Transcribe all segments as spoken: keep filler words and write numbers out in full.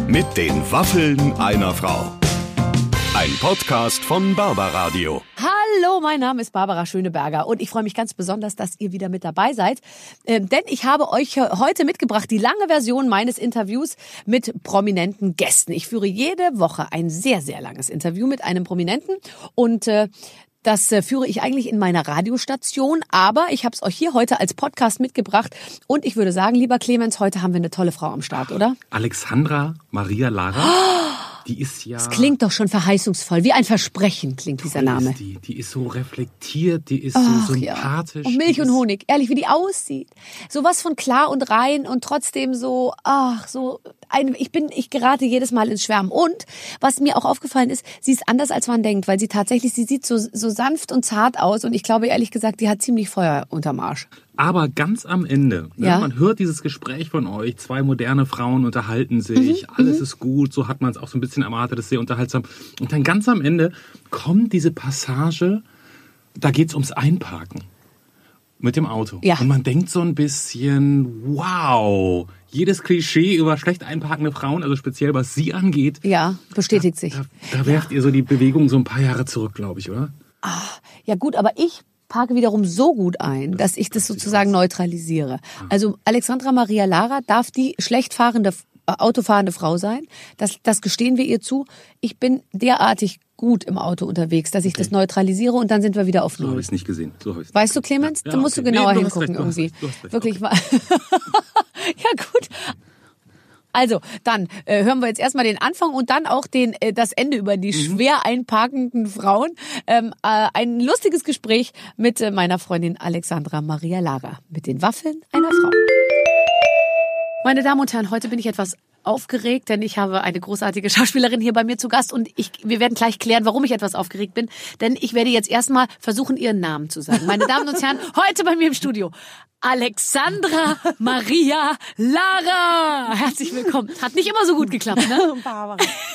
Mit den Waffeln einer Frau. Ein Podcast von Barbaradio. Hallo, mein Name ist Barbara Schöneberger und ich freue mich ganz besonders, dass ihr wieder mit dabei seid. Ähm, denn ich habe euch heute mitgebracht die lange Version meines Interviews mit prominenten Gästen. Ich führe jede Woche ein sehr, sehr langes Interview mit einem Prominenten und äh, Das äh, führe ich eigentlich in meiner Radiostation, aber ich habe es euch hier heute als Podcast mitgebracht. Und ich würde sagen, lieber Clemens, heute haben wir eine tolle Frau am Start, oder? Alexandra Maria Lara, die ist ja... Das klingt doch schon verheißungsvoll, wie ein Versprechen klingt dieser Name. Ist die. die ist so reflektiert, die ist Ach, so sympathisch. Ja. Und Milch und ist... Honig, ehrlich, wie die aussieht. Sowas von klar und rein und trotzdem so, ach, so... Ein, ich bin, ich gerate jedes Mal ins Schwärmen. Und was mir auch aufgefallen ist, sie ist anders, als man denkt, weil sie tatsächlich, sie sieht so, so sanft und zart aus. Und ich glaube, ehrlich gesagt, die hat ziemlich Feuer unterm Arsch. Aber ganz am Ende, ja. ne, man hört dieses Gespräch von euch, zwei moderne Frauen unterhalten sich, mhm, alles mhm. ist gut, so hat man es auch so ein bisschen erwartet, das ist sehr unterhaltsam. Und dann ganz am Ende kommt diese Passage, da geht's ums Einparken mit dem Auto. Ja. Und man denkt so ein bisschen, wow, jedes Klischee über schlecht einparkende Frauen, also speziell was sie angeht. Ja, bestätigt da, sich. Da, da werft ja. ihr so die Bewegung so ein paar Jahre zurück, glaube ich, oder? Ach, ja gut, aber ich parke wiederum so gut ein, dass ich das sozusagen neutralisiere. Also Alexandra Maria Lara darf die schlecht fahrende, autofahrende Frau sein. Das, das gestehen wir ihr zu. Ich bin derartig gut im Auto unterwegs, dass ich okay. das neutralisiere und dann sind wir wieder auf Null. So habe ich es nicht gesehen. So hab ich's weißt du, Clemens? Ja, da musst okay. du genauer nee, du hingucken recht, du irgendwie. Hast recht, du hast recht. Wirklich okay. mal. Ja gut. Also, dann äh, hören wir jetzt erstmal den Anfang und dann auch den äh, das Ende über die mhm. schwer einparkenden Frauen. Ähm, äh, ein lustiges Gespräch mit äh, meiner Freundin Alexandra Maria Lara mit den Waffeln einer Frau. Meine Damen und Herren, heute bin ich etwas aufgeregt, denn ich habe eine großartige Schauspielerin hier bei mir zu Gast und ich, wir werden gleich klären, warum ich etwas aufgeregt bin, denn ich werde jetzt erstmal versuchen, ihren Namen zu sagen. Meine Damen und Herren, heute bei mir im Studio Alexandra Maria Lara. Herzlich willkommen. Hat nicht immer so gut geklappt, ne? Barbara.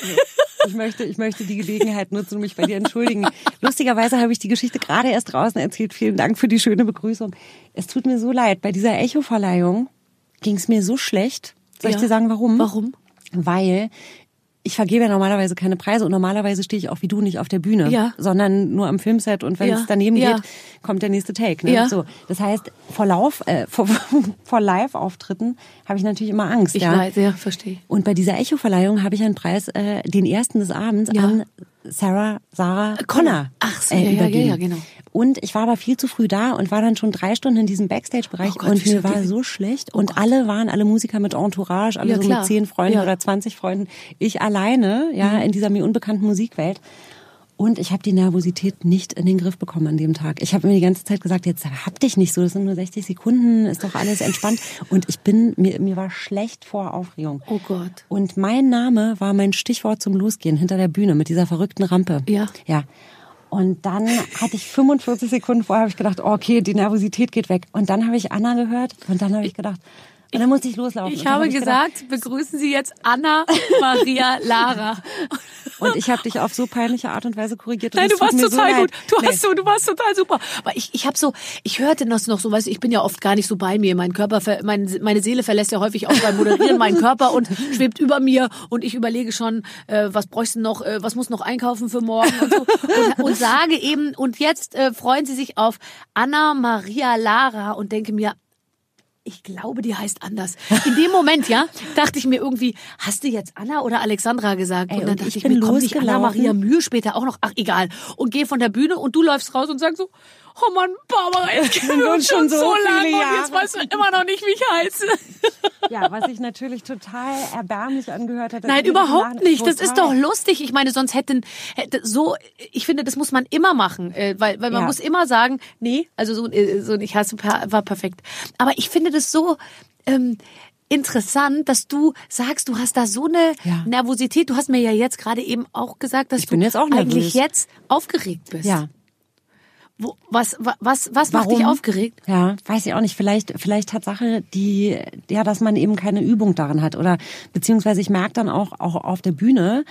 Ich möchte, ich möchte die Gelegenheit nutzen und mich bei dir entschuldigen. Lustigerweise habe ich die Geschichte gerade erst draußen erzählt. Vielen Dank für die schöne Begrüßung. Es tut mir so leid, bei dieser Echo-Verleihung ging es mir so schlecht. Soll ich ja. dir sagen, warum? Warum? Weil ich vergebe ja normalerweise keine Preise und normalerweise stehe ich auch wie du nicht auf der Bühne, ja. sondern nur am Filmset und wenn ja. es daneben ja. geht, kommt der nächste Take. Ne? Ja. So, das heißt, vor Lauf, äh, vor, vor Live-Auftritten habe ich natürlich immer Angst. Ich ja. weiß, ja, verstehe. Und bei dieser Echo-Verleihung habe ich einen Preis, äh, den ersten des Abends, ja. an Sarah, Sarah Connor Ach so, äh, ja, übergeben. Ja, ja, genau. Und ich war aber viel zu früh da und war dann schon drei Stunden in diesem Backstage-Bereich oh Gott, und mir war die... so schlecht. Oh und Gott. alle waren, alle Musiker mit Entourage, alle ja, so klar. mit zehn Freunden ja. oder zwanzig Freunden. Ich alleine, ja, mhm. in dieser mir unbekannten Musikwelt. Und ich habe die Nervosität nicht in den Griff bekommen an dem Tag. Ich habe mir die ganze Zeit gesagt, jetzt hab dich nicht so, das sind nur sechzig Sekunden, ist doch alles entspannt. Und ich bin, mir, mir war schlecht vor Aufregung. Oh Gott. Und mein Name war mein Stichwort zum Losgehen hinter der Bühne mit dieser verrückten Rampe. Ja. Ja. Und dann hatte ich fünfundvierzig Sekunden vorher, habe ich gedacht, oh, okay, die Nervosität geht weg. Und dann habe ich Anna gehört und dann habe ich gedacht, und dann musste ich loslaufen. Ich habe hab ich gesagt, gedacht, begrüßen Sie jetzt Anna Maria Lara. Und ich habe dich auf so peinliche Art und Weise korrigiert. Und Nein, du warst total so gut. Du nee. hast so, du warst total super. Aber ich, ich habe so, ich hörte das noch so, weißt du, ich bin ja oft gar nicht so bei mir. Mein Körper, mein, meine Seele verlässt ja häufig auch beim Moderieren meinen Körper und schwebt über mir und ich überlege schon, äh, was bräuchten noch, äh, was muss noch einkaufen für morgen und so und, und sage eben und jetzt äh, freuen Sie sich auf Anna Maria Lara und denke mir, ich glaube, die heißt anders. In dem Moment, ja, dachte ich mir irgendwie, hast du jetzt Anna oder Alexandra gesagt? Ey, und dann und dachte ich ich, bin mir, kommt nicht Anna losgelaufen. Maria Mühe später auch noch? Ach, egal. Und gehe von der Bühne und du läufst raus und sagst so, oh Mann, Barbara, jetzt kennen wir uns schon so, so lange und jetzt weißt du immer noch nicht, wie ich heiße. Ja, was sich natürlich total erbärmlich angehört hat. Nein, überhaupt nicht. Das ist doch lustig. Ich meine, sonst hätten, hätte so, ich finde, das muss man immer machen, äh, weil, weil man ja. muss immer sagen, nee, also so, so ich hasse, war perfekt. Aber ich finde das so, ähm, interessant, dass du sagst, du hast da so eine ja. Nervosität. Du hast mir ja jetzt gerade eben auch gesagt, dass ich bin du jetzt auch eigentlich jetzt aufgeregt bist. Ja. Wo, was, was, was macht dich aufgeregt? Ja, weiß ich auch nicht. Vielleicht, vielleicht Tatsache, die, ja, dass man eben keine Übung darin hat oder, beziehungsweise ich merke dann auch, auch auf der Bühne,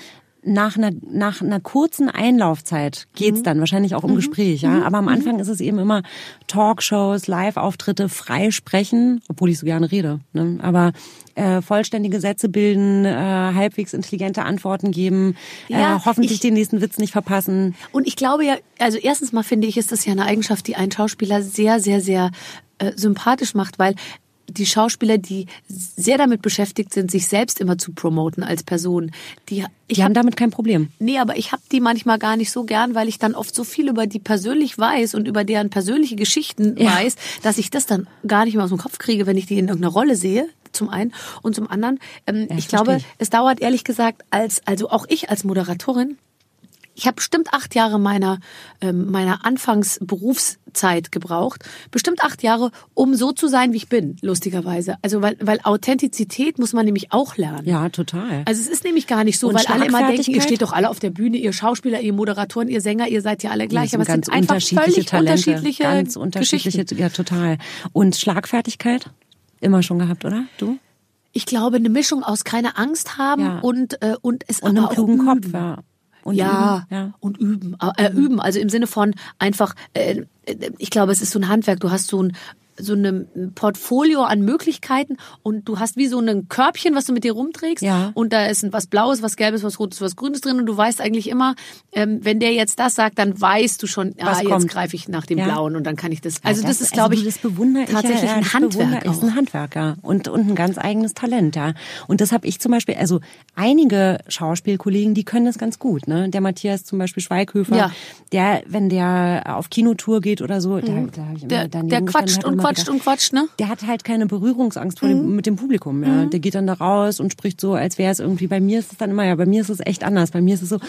nach einer, nach einer kurzen Einlaufzeit geht's dann wahrscheinlich auch um Gespräch, ja. Aber am Anfang ist es eben immer Talkshows, Live-Auftritte, frei sprechen, obwohl ich so gerne rede, ne? Aber äh, vollständige Sätze bilden, äh, halbwegs intelligente Antworten geben, Ja, äh, hoffentlich ich- den nächsten Witz nicht verpassen. Und ich glaube ja, also erstens mal finde ich, ist das ja eine Eigenschaft, die einen Schauspieler sehr, sehr, sehr äh, sympathisch macht, weil die Schauspieler, die sehr damit beschäftigt sind, sich selbst immer zu promoten als Person, die ich Die haben hab, damit kein Problem. nee, aber ich habe die manchmal gar nicht so gern, weil ich dann oft so viel über die persönlich weiß und über deren persönliche Geschichten Ja. weiß, dass ich das dann gar nicht mehr aus dem Kopf kriege, wenn ich die in irgendeiner Rolle sehe. Zum einen und zum anderen, ähm, Ja, ich das glaube, verstehe ich. es dauert ehrlich gesagt als, also auch ich als Moderatorin. Ich habe bestimmt acht Jahre meiner ähm, meiner Anfangsberufszeit gebraucht, bestimmt acht Jahre, um so zu sein, wie ich bin, lustigerweise. Also weil weil Authentizität muss man nämlich auch lernen. Ja, total. Also es ist nämlich gar nicht so, Und weil alle immer denken, ihr Schlagfertigkeit? steht doch alle auf der Bühne, ihr Schauspieler, ihr Moderatoren, ihr Sänger, ihr seid ja alle gleich, Das aber sind es sind einfach völlig Talente, unterschiedliche ganz unterschiedliche, Geschichten. ja total. Und Schlagfertigkeit immer schon gehabt, oder? Du? Ich glaube, eine Mischung aus keine Angst haben Ja. und äh, und es Und aber einen auch klugen üben. Kopf, ja. Und Ja, üben, ja. und üben. Äh, üben, also im Sinne von einfach, äh, ich glaube, es ist so ein Handwerk. Du hast so ein so ein Portfolio an Möglichkeiten und du hast wie so ein Körbchen, was du mit dir rumträgst Ja. und da ist was Blaues, was Gelbes, was Rotes, was Grünes drin und du weißt eigentlich immer, ähm, wenn der jetzt das sagt, dann weißt du schon, ah, Was jetzt kommt. greife ich nach dem Ja. Blauen und dann kann ich das. Also das, ist, also glaube ich, du, das bewundere ich tatsächlich ja, ja, ein das Handwerk bewundere- ist auch. ein Handwerk, ja. Und, und ein ganz eigenes Talent, ja. Und das habe ich zum Beispiel, also einige Schauspielkollegen, die können das ganz gut, ne. Der Matthias zum Beispiel Schweighöfer, Ja. der, wenn der auf Kinotour geht oder so, da, da hab ich immer Der, daneben der gestanden quatscht hab und immer quatscht gedacht, und quatscht, ne? der hat halt keine Berührungsangst vor dem, mit dem Publikum. Ja. Der geht dann da raus und spricht so, als wäre es irgendwie, bei mir ist es dann immer, ja, bei mir ist es echt anders. Bei mir ist es so,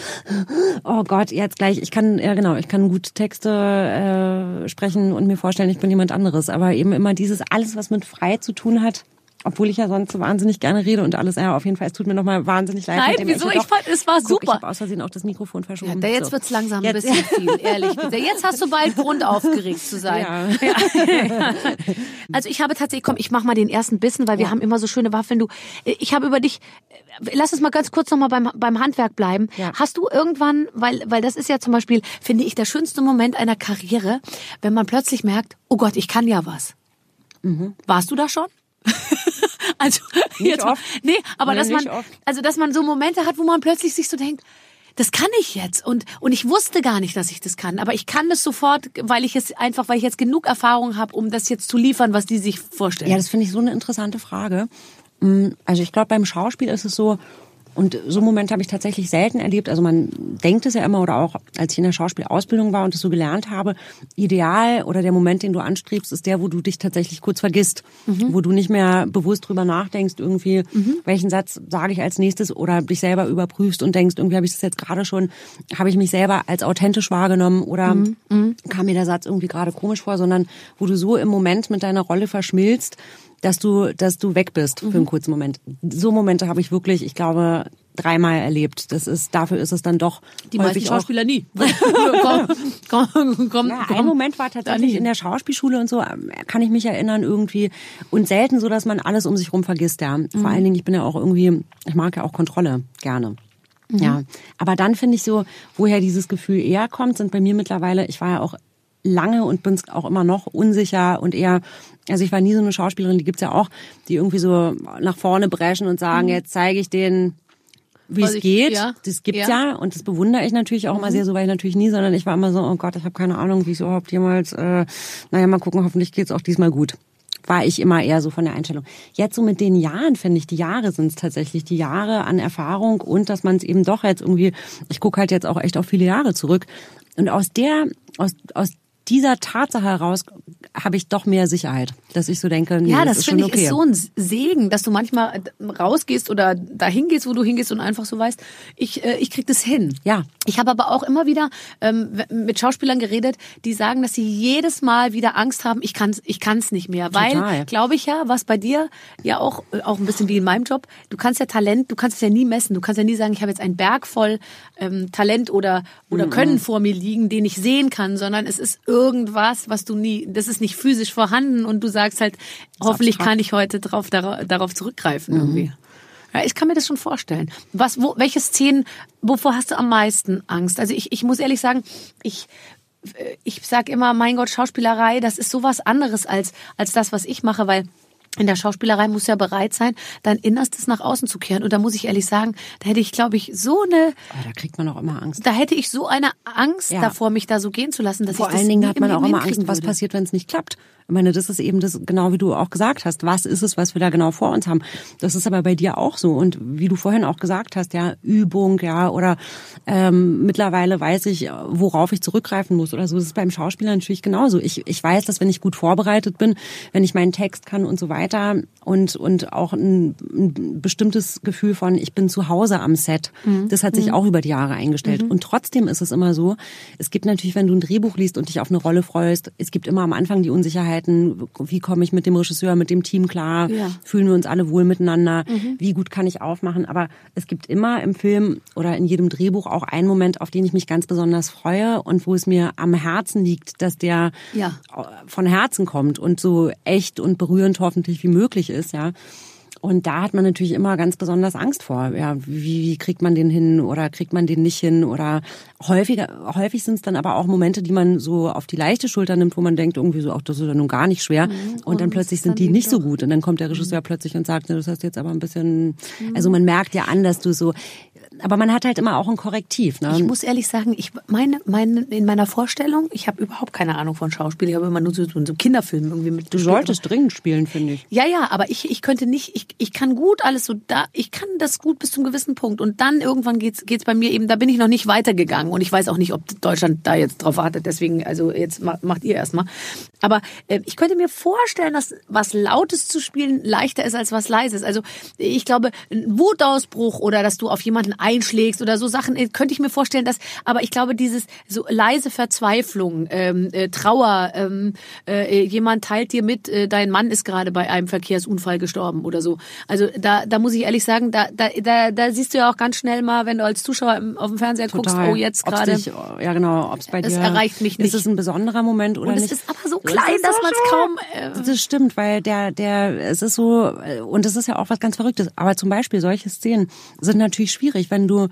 oh Gott, jetzt gleich, ich kann, ja genau, ich kann gut Texte äh, sprechen und mir vorstellen, ich bin jemand anderes. Aber eben immer dieses, alles, was mit frei zu tun hat, obwohl ich ja sonst so wahnsinnig gerne rede und alles, ja, auf jeden Fall, es tut mir nochmal wahnsinnig leid. Nein, mit dem wieso? Echo. Ich fand, es war Guck, super. Ich habe aus Versehen auch das Mikrofon verschoben. Ja, da jetzt So. wird's langsam ein Jetzt- bisschen viel, ehrlich gesagt. Jetzt hast du bald Grund, aufgeregt zu sein. Ja. Ja. Also ich habe tatsächlich, komm, ich mach mal den ersten Bissen, weil wir haben immer so schöne Waffeln. Du, ich habe über dich, lass uns mal ganz kurz noch mal beim, beim Handwerk bleiben. Ja. Hast du irgendwann, weil, weil das ist ja zum Beispiel, finde ich, der schönste Moment einer Karriere, wenn man plötzlich merkt, oh Gott, ich kann ja was. Warst du da schon? Also Nicht jetzt oft. Mal, nee, aber Nee, dass man nicht oft. also dass man so Momente hat, wo man plötzlich sich so denkt, das kann ich jetzt und und ich wusste gar nicht, dass ich das kann, aber ich kann das sofort, weil ich es einfach, weil ich jetzt genug Erfahrung habe, um das jetzt zu liefern, was die sich vorstellen. Ja, das finde ich so eine interessante Frage. Mm, Also ich glaube, beim Schauspiel ist es so, und so einen Moment habe ich tatsächlich selten erlebt. Also man denkt es ja immer, oder auch als ich in der Schauspielausbildung war und es so gelernt habe, ideal oder der Moment, den du anstrebst, ist der, wo du dich tatsächlich kurz vergisst. Wo du nicht mehr bewusst drüber nachdenkst, irgendwie, welchen Satz sage ich als nächstes, oder dich selber überprüfst und denkst, irgendwie habe ich das jetzt gerade schon, habe ich mich selber als authentisch wahrgenommen oder kam mir der Satz irgendwie gerade komisch vor, sondern wo du so im Moment mit deiner Rolle verschmilzt, dass du, dass du weg bist für einen kurzen Moment. So Momente habe ich wirklich, ich glaube, dreimal erlebt. Das ist, dafür ist es dann doch die meisten häufig auch. Schauspieler nie. komm, komm, komm, Ja, komm. ein Moment war tatsächlich in der Schauspielschule und so, kann ich mich erinnern irgendwie. Und selten so, dass man alles um sich rum vergisst, ja. Vor allen Dingen, ich bin ja auch irgendwie, ich mag ja auch Kontrolle gerne. Ja. Aber dann finde ich so, woher dieses Gefühl eher kommt, sind bei mir mittlerweile, ich war ja auch lange und bin auch immer noch unsicher und eher, also ich war nie so eine Schauspielerin, die gibt's ja auch, die irgendwie so nach vorne brechen und sagen, jetzt zeige ich denen, wie Was es ich- geht. ja, Das gibt's ja. ja. Und das bewundere ich natürlich auch immer sehr, so war ich natürlich nie, sondern ich war immer so, oh Gott, ich habe keine Ahnung, wie es überhaupt jemals, äh, naja, mal gucken, hoffentlich geht's auch diesmal gut. War ich immer eher so von der Einstellung. Jetzt so mit den Jahren, finde ich, die Jahre sind es tatsächlich, die Jahre an Erfahrung und dass man es eben doch jetzt irgendwie, ich gucke halt jetzt auch echt auf viele Jahre zurück. Und aus der, aus, aus dieser Tatsache heraus habe ich doch mehr Sicherheit, dass ich so denke, nee, Ja, das, das, ist schon finde ich okay. ist so ein Segen, dass du manchmal rausgehst oder dahin gehst, wo du hingehst und einfach so weißt, ich äh, ich krieg das hin. Ja. Ich habe aber auch immer wieder ähm, mit Schauspielern geredet, die sagen, dass sie jedes Mal wieder Angst haben, ich kann's ich kann's nicht mehr, weil Total. glaube ich ja, was bei dir ja auch auch ein bisschen wie in meinem Job, du kannst ja Talent, du kannst es ja nie messen, du kannst ja nie sagen, ich habe jetzt einen Berg voll ähm, Talent oder oder Können vor mir liegen, den ich sehen kann, sondern es ist irgendwas, was du nie, das ist nicht physisch vorhanden und du sagst halt, hoffentlich abstrakt. kann ich heute drauf, darauf, darauf zurückgreifen irgendwie. Ja, ich kann mir das schon vorstellen. Was, wo, welche Szenen, wovor hast du am meisten Angst? Also ich, ich muss ehrlich sagen, ich, ich sag immer, mein Gott, Schauspielerei, das ist sowas anderes als, als das, was ich mache, weil in der Schauspielerei muss ja bereit sein, dein Innerstes nach außen zu kehren. Und da muss ich ehrlich sagen, da hätte ich, glaube ich, so eine... Oh, da kriegt man auch immer Angst. Da hätte ich so eine Angst ja. davor, mich da so gehen zu lassen, dass Vor ich das allen Dingen hat man nie auch immer Angst, hinkriegen was würde. passiert, wenn es nicht klappt. Ich meine, das ist eben das, genau wie du auch gesagt hast. Was ist es, was wir da genau vor uns haben? Das ist aber bei dir auch so. Und wie du vorhin auch gesagt hast, ja, Übung, ja, oder ähm, mittlerweile weiß ich, worauf ich zurückgreifen muss oder so. Das ist beim Schauspieler natürlich genauso. Ich, ich weiß, dass wenn ich gut vorbereitet bin, wenn ich meinen Text kann und so weiter und und auch ein, ein bestimmtes Gefühl von, ich bin zu Hause am Set, mhm. das hat sich mhm. auch über die Jahre eingestellt. Mhm. Und trotzdem ist es immer so, es gibt natürlich, wenn du ein Drehbuch liest und dich auf eine Rolle freust, es gibt immer am Anfang die Unsicherheit, wie komme ich mit dem Regisseur, mit dem Team klar, ja. fühlen wir uns alle wohl miteinander, mhm. wie gut kann ich aufmachen. Aber es gibt immer im Film oder in jedem Drehbuch auch einen Moment, auf den ich mich ganz besonders freue und wo es mir am Herzen liegt, dass der ja. von Herzen kommt und so echt und berührend hoffentlich wie möglich ist, ja. Und da hat man natürlich immer ganz besonders Angst vor. Ja, wie, wie kriegt man den hin oder kriegt man den nicht hin? Oder häufiger, häufig sind es dann aber auch Momente, die man so auf die leichte Schulter nimmt, wo man denkt irgendwie so, ach, das ist ja nun gar nicht schwer. Mhm. Und, und dann plötzlich sind die nicht so gut. Und dann kommt der Regisseur mhm. plötzlich und sagt, das hast jetzt aber ein bisschen, mhm. also man merkt ja an, dass du so, aber man hat halt immer auch ein Korrektiv. Ne? Ich muss ehrlich sagen, ich meine, meine in meiner Vorstellung, ich habe überhaupt keine Ahnung von Schauspiel. Ich habe immer nur so, so Kinderfilmen irgendwie mit. Du solltest dringend spielen, finde ich. Ja, ja, aber ich, ich könnte nicht, ich, ich kann gut alles so da, ich kann das gut bis zum gewissen Punkt und dann irgendwann geht's, geht's bei mir eben, da bin ich noch nicht weitergegangen und ich weiß auch nicht, ob Deutschland da jetzt drauf wartet. Deswegen, also jetzt macht ihr erstmal. Aber äh, ich könnte mir vorstellen, dass was Lautes zu spielen leichter ist als was Leises. Also ich glaube, ein Wutausbruch oder dass du auf jemanden einschlägst oder so Sachen, könnte ich mir vorstellen, dass, aber ich glaube, dieses so leise Verzweiflung, ähm, äh, Trauer, ähm, äh, jemand teilt dir mit, äh, dein Mann ist gerade bei einem Verkehrsunfall gestorben oder so. Also da, da muss ich ehrlich sagen, da, da, da, da siehst du ja auch ganz schnell mal, wenn du als Zuschauer auf dem Fernseher Total. guckst, oh jetzt gerade. Ja genau, ob es bei dir. Es erreicht mich nicht. Ist es ein besonderer Moment oder und nicht? Es ist aber so klein, das dass man es kaum. Äh das stimmt, weil der, der, es ist so, und es ist ja auch was ganz Verrücktes. Aber zum Beispiel solche Szenen sind natürlich schwierig, wenn du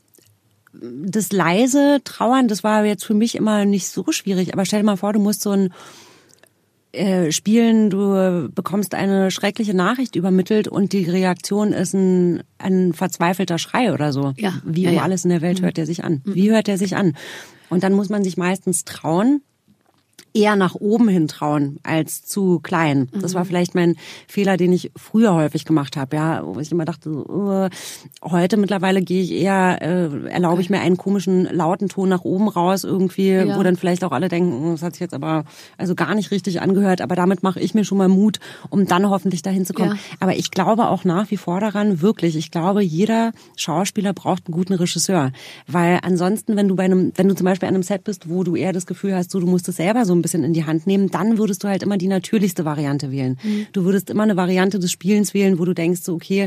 das leise Trauern, das war jetzt für mich immer nicht so schwierig. Aber stell dir mal vor, du musst so ein äh, spielen, du bekommst eine schreckliche Nachricht übermittelt und die Reaktion ist ein, ein verzweifelter Schrei oder so. Ja. Wie ja, um ja. alles in der Welt mhm. hört der sich an? Wie hört der sich an? Und dann muss man sich meistens trauen, eher nach oben hin trauen als zu klein. Das war vielleicht mein Fehler, den ich früher häufig gemacht habe, ja, wo ich immer dachte, uh, heute mittlerweile gehe ich eher, äh, erlaube ich mir einen komischen lauten Ton nach oben raus irgendwie, ja. wo dann vielleicht auch alle denken, das hat sich jetzt aber also gar nicht richtig angehört, aber damit mache ich mir schon mal Mut, um dann hoffentlich dahin zu kommen. Ja. Aber ich glaube auch nach wie vor daran, wirklich, ich glaube, jeder Schauspieler braucht einen guten Regisseur, weil ansonsten, wenn du bei einem, wenn du zum Beispiel an einem Set bist, wo du eher das Gefühl hast, so, du musst es selber so ein bisschen in die Hand nehmen, dann würdest du halt immer die natürlichste Variante wählen. Mhm. Du würdest immer eine Variante des Spielens wählen, wo du denkst, so, okay,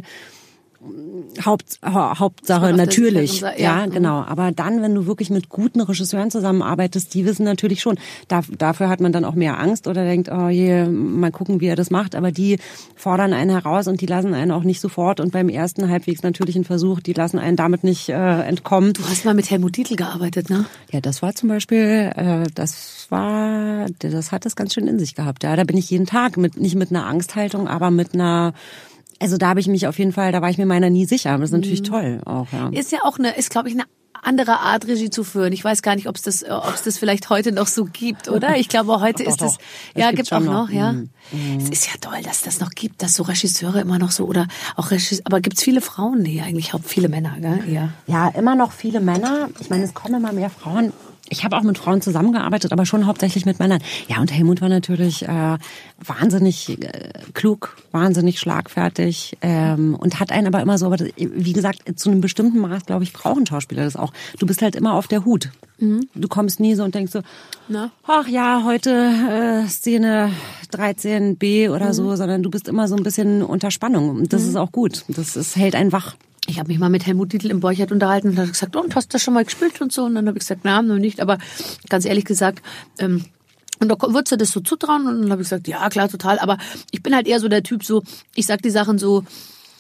Haupt, Hauptsache natürlich, ja, ja, genau. Aber dann, wenn du wirklich mit guten Regisseuren zusammenarbeitest, die wissen natürlich schon, da, dafür hat man dann auch mehr Angst oder denkt, oh je, mal gucken, wie er das macht. Aber die fordern einen heraus und die lassen einen auch nicht sofort und beim ersten halbwegs natürlichen Versuch, die lassen einen damit nicht äh, entkommen. Du hast mal mit Helmut Dietl gearbeitet, ne? Ja, das war zum Beispiel, äh, das war, das hat das ganz schön in sich gehabt. Ja, da bin ich jeden Tag mit, nicht mit einer Angsthaltung, aber mit einer Also da habe ich mich auf jeden Fall, da war ich mir meiner nie sicher. Das ist natürlich mhm. toll auch, ja. Ist ja auch eine, ist glaube ich eine andere Art Regie zu führen. Ich weiß gar nicht, ob es das, ob es das vielleicht heute noch so gibt, oder? Ich glaube, heute doch, ist doch, es, doch. ja, es gibt auch noch, noch ja. Mhm. Es ist ja toll, dass das noch gibt, dass so Regisseure immer noch so, oder auch Regisseure, aber gibt's viele Frauen? Nee, eigentlich haupt viele Männer, gell? Ja. Ja, immer noch viele Männer. Ich meine, es kommen immer mehr Frauen. Ich habe auch mit Frauen zusammengearbeitet, aber schon hauptsächlich mit Männern. Ja, und Helmut war natürlich äh, wahnsinnig äh, klug, wahnsinnig schlagfertig ähm, und hat einen aber immer so, aber das, wie gesagt, zu einem bestimmten Maß, glaube ich, brauchen Schauspieler das auch. Du bist halt immer auf der Hut. Mhm. Du kommst nie so und denkst so, Na? ach ja, heute äh, Szene dreizehn b oder mhm. so, sondern du bist immer so ein bisschen unter Spannung. Und das mhm. ist auch gut. Das ist, hält einen wach. Ich habe mich mal mit Helmut Dietl im Borchardt unterhalten und hat gesagt, oh, und hast du das schon mal gespielt und so? Und dann habe ich gesagt, na, noch nicht. Aber ganz ehrlich gesagt, ähm, und da würdest du das so zutrauen? Und dann habe ich gesagt, ja, klar, total. Aber ich bin halt eher so der Typ, so, ich sag die Sachen so,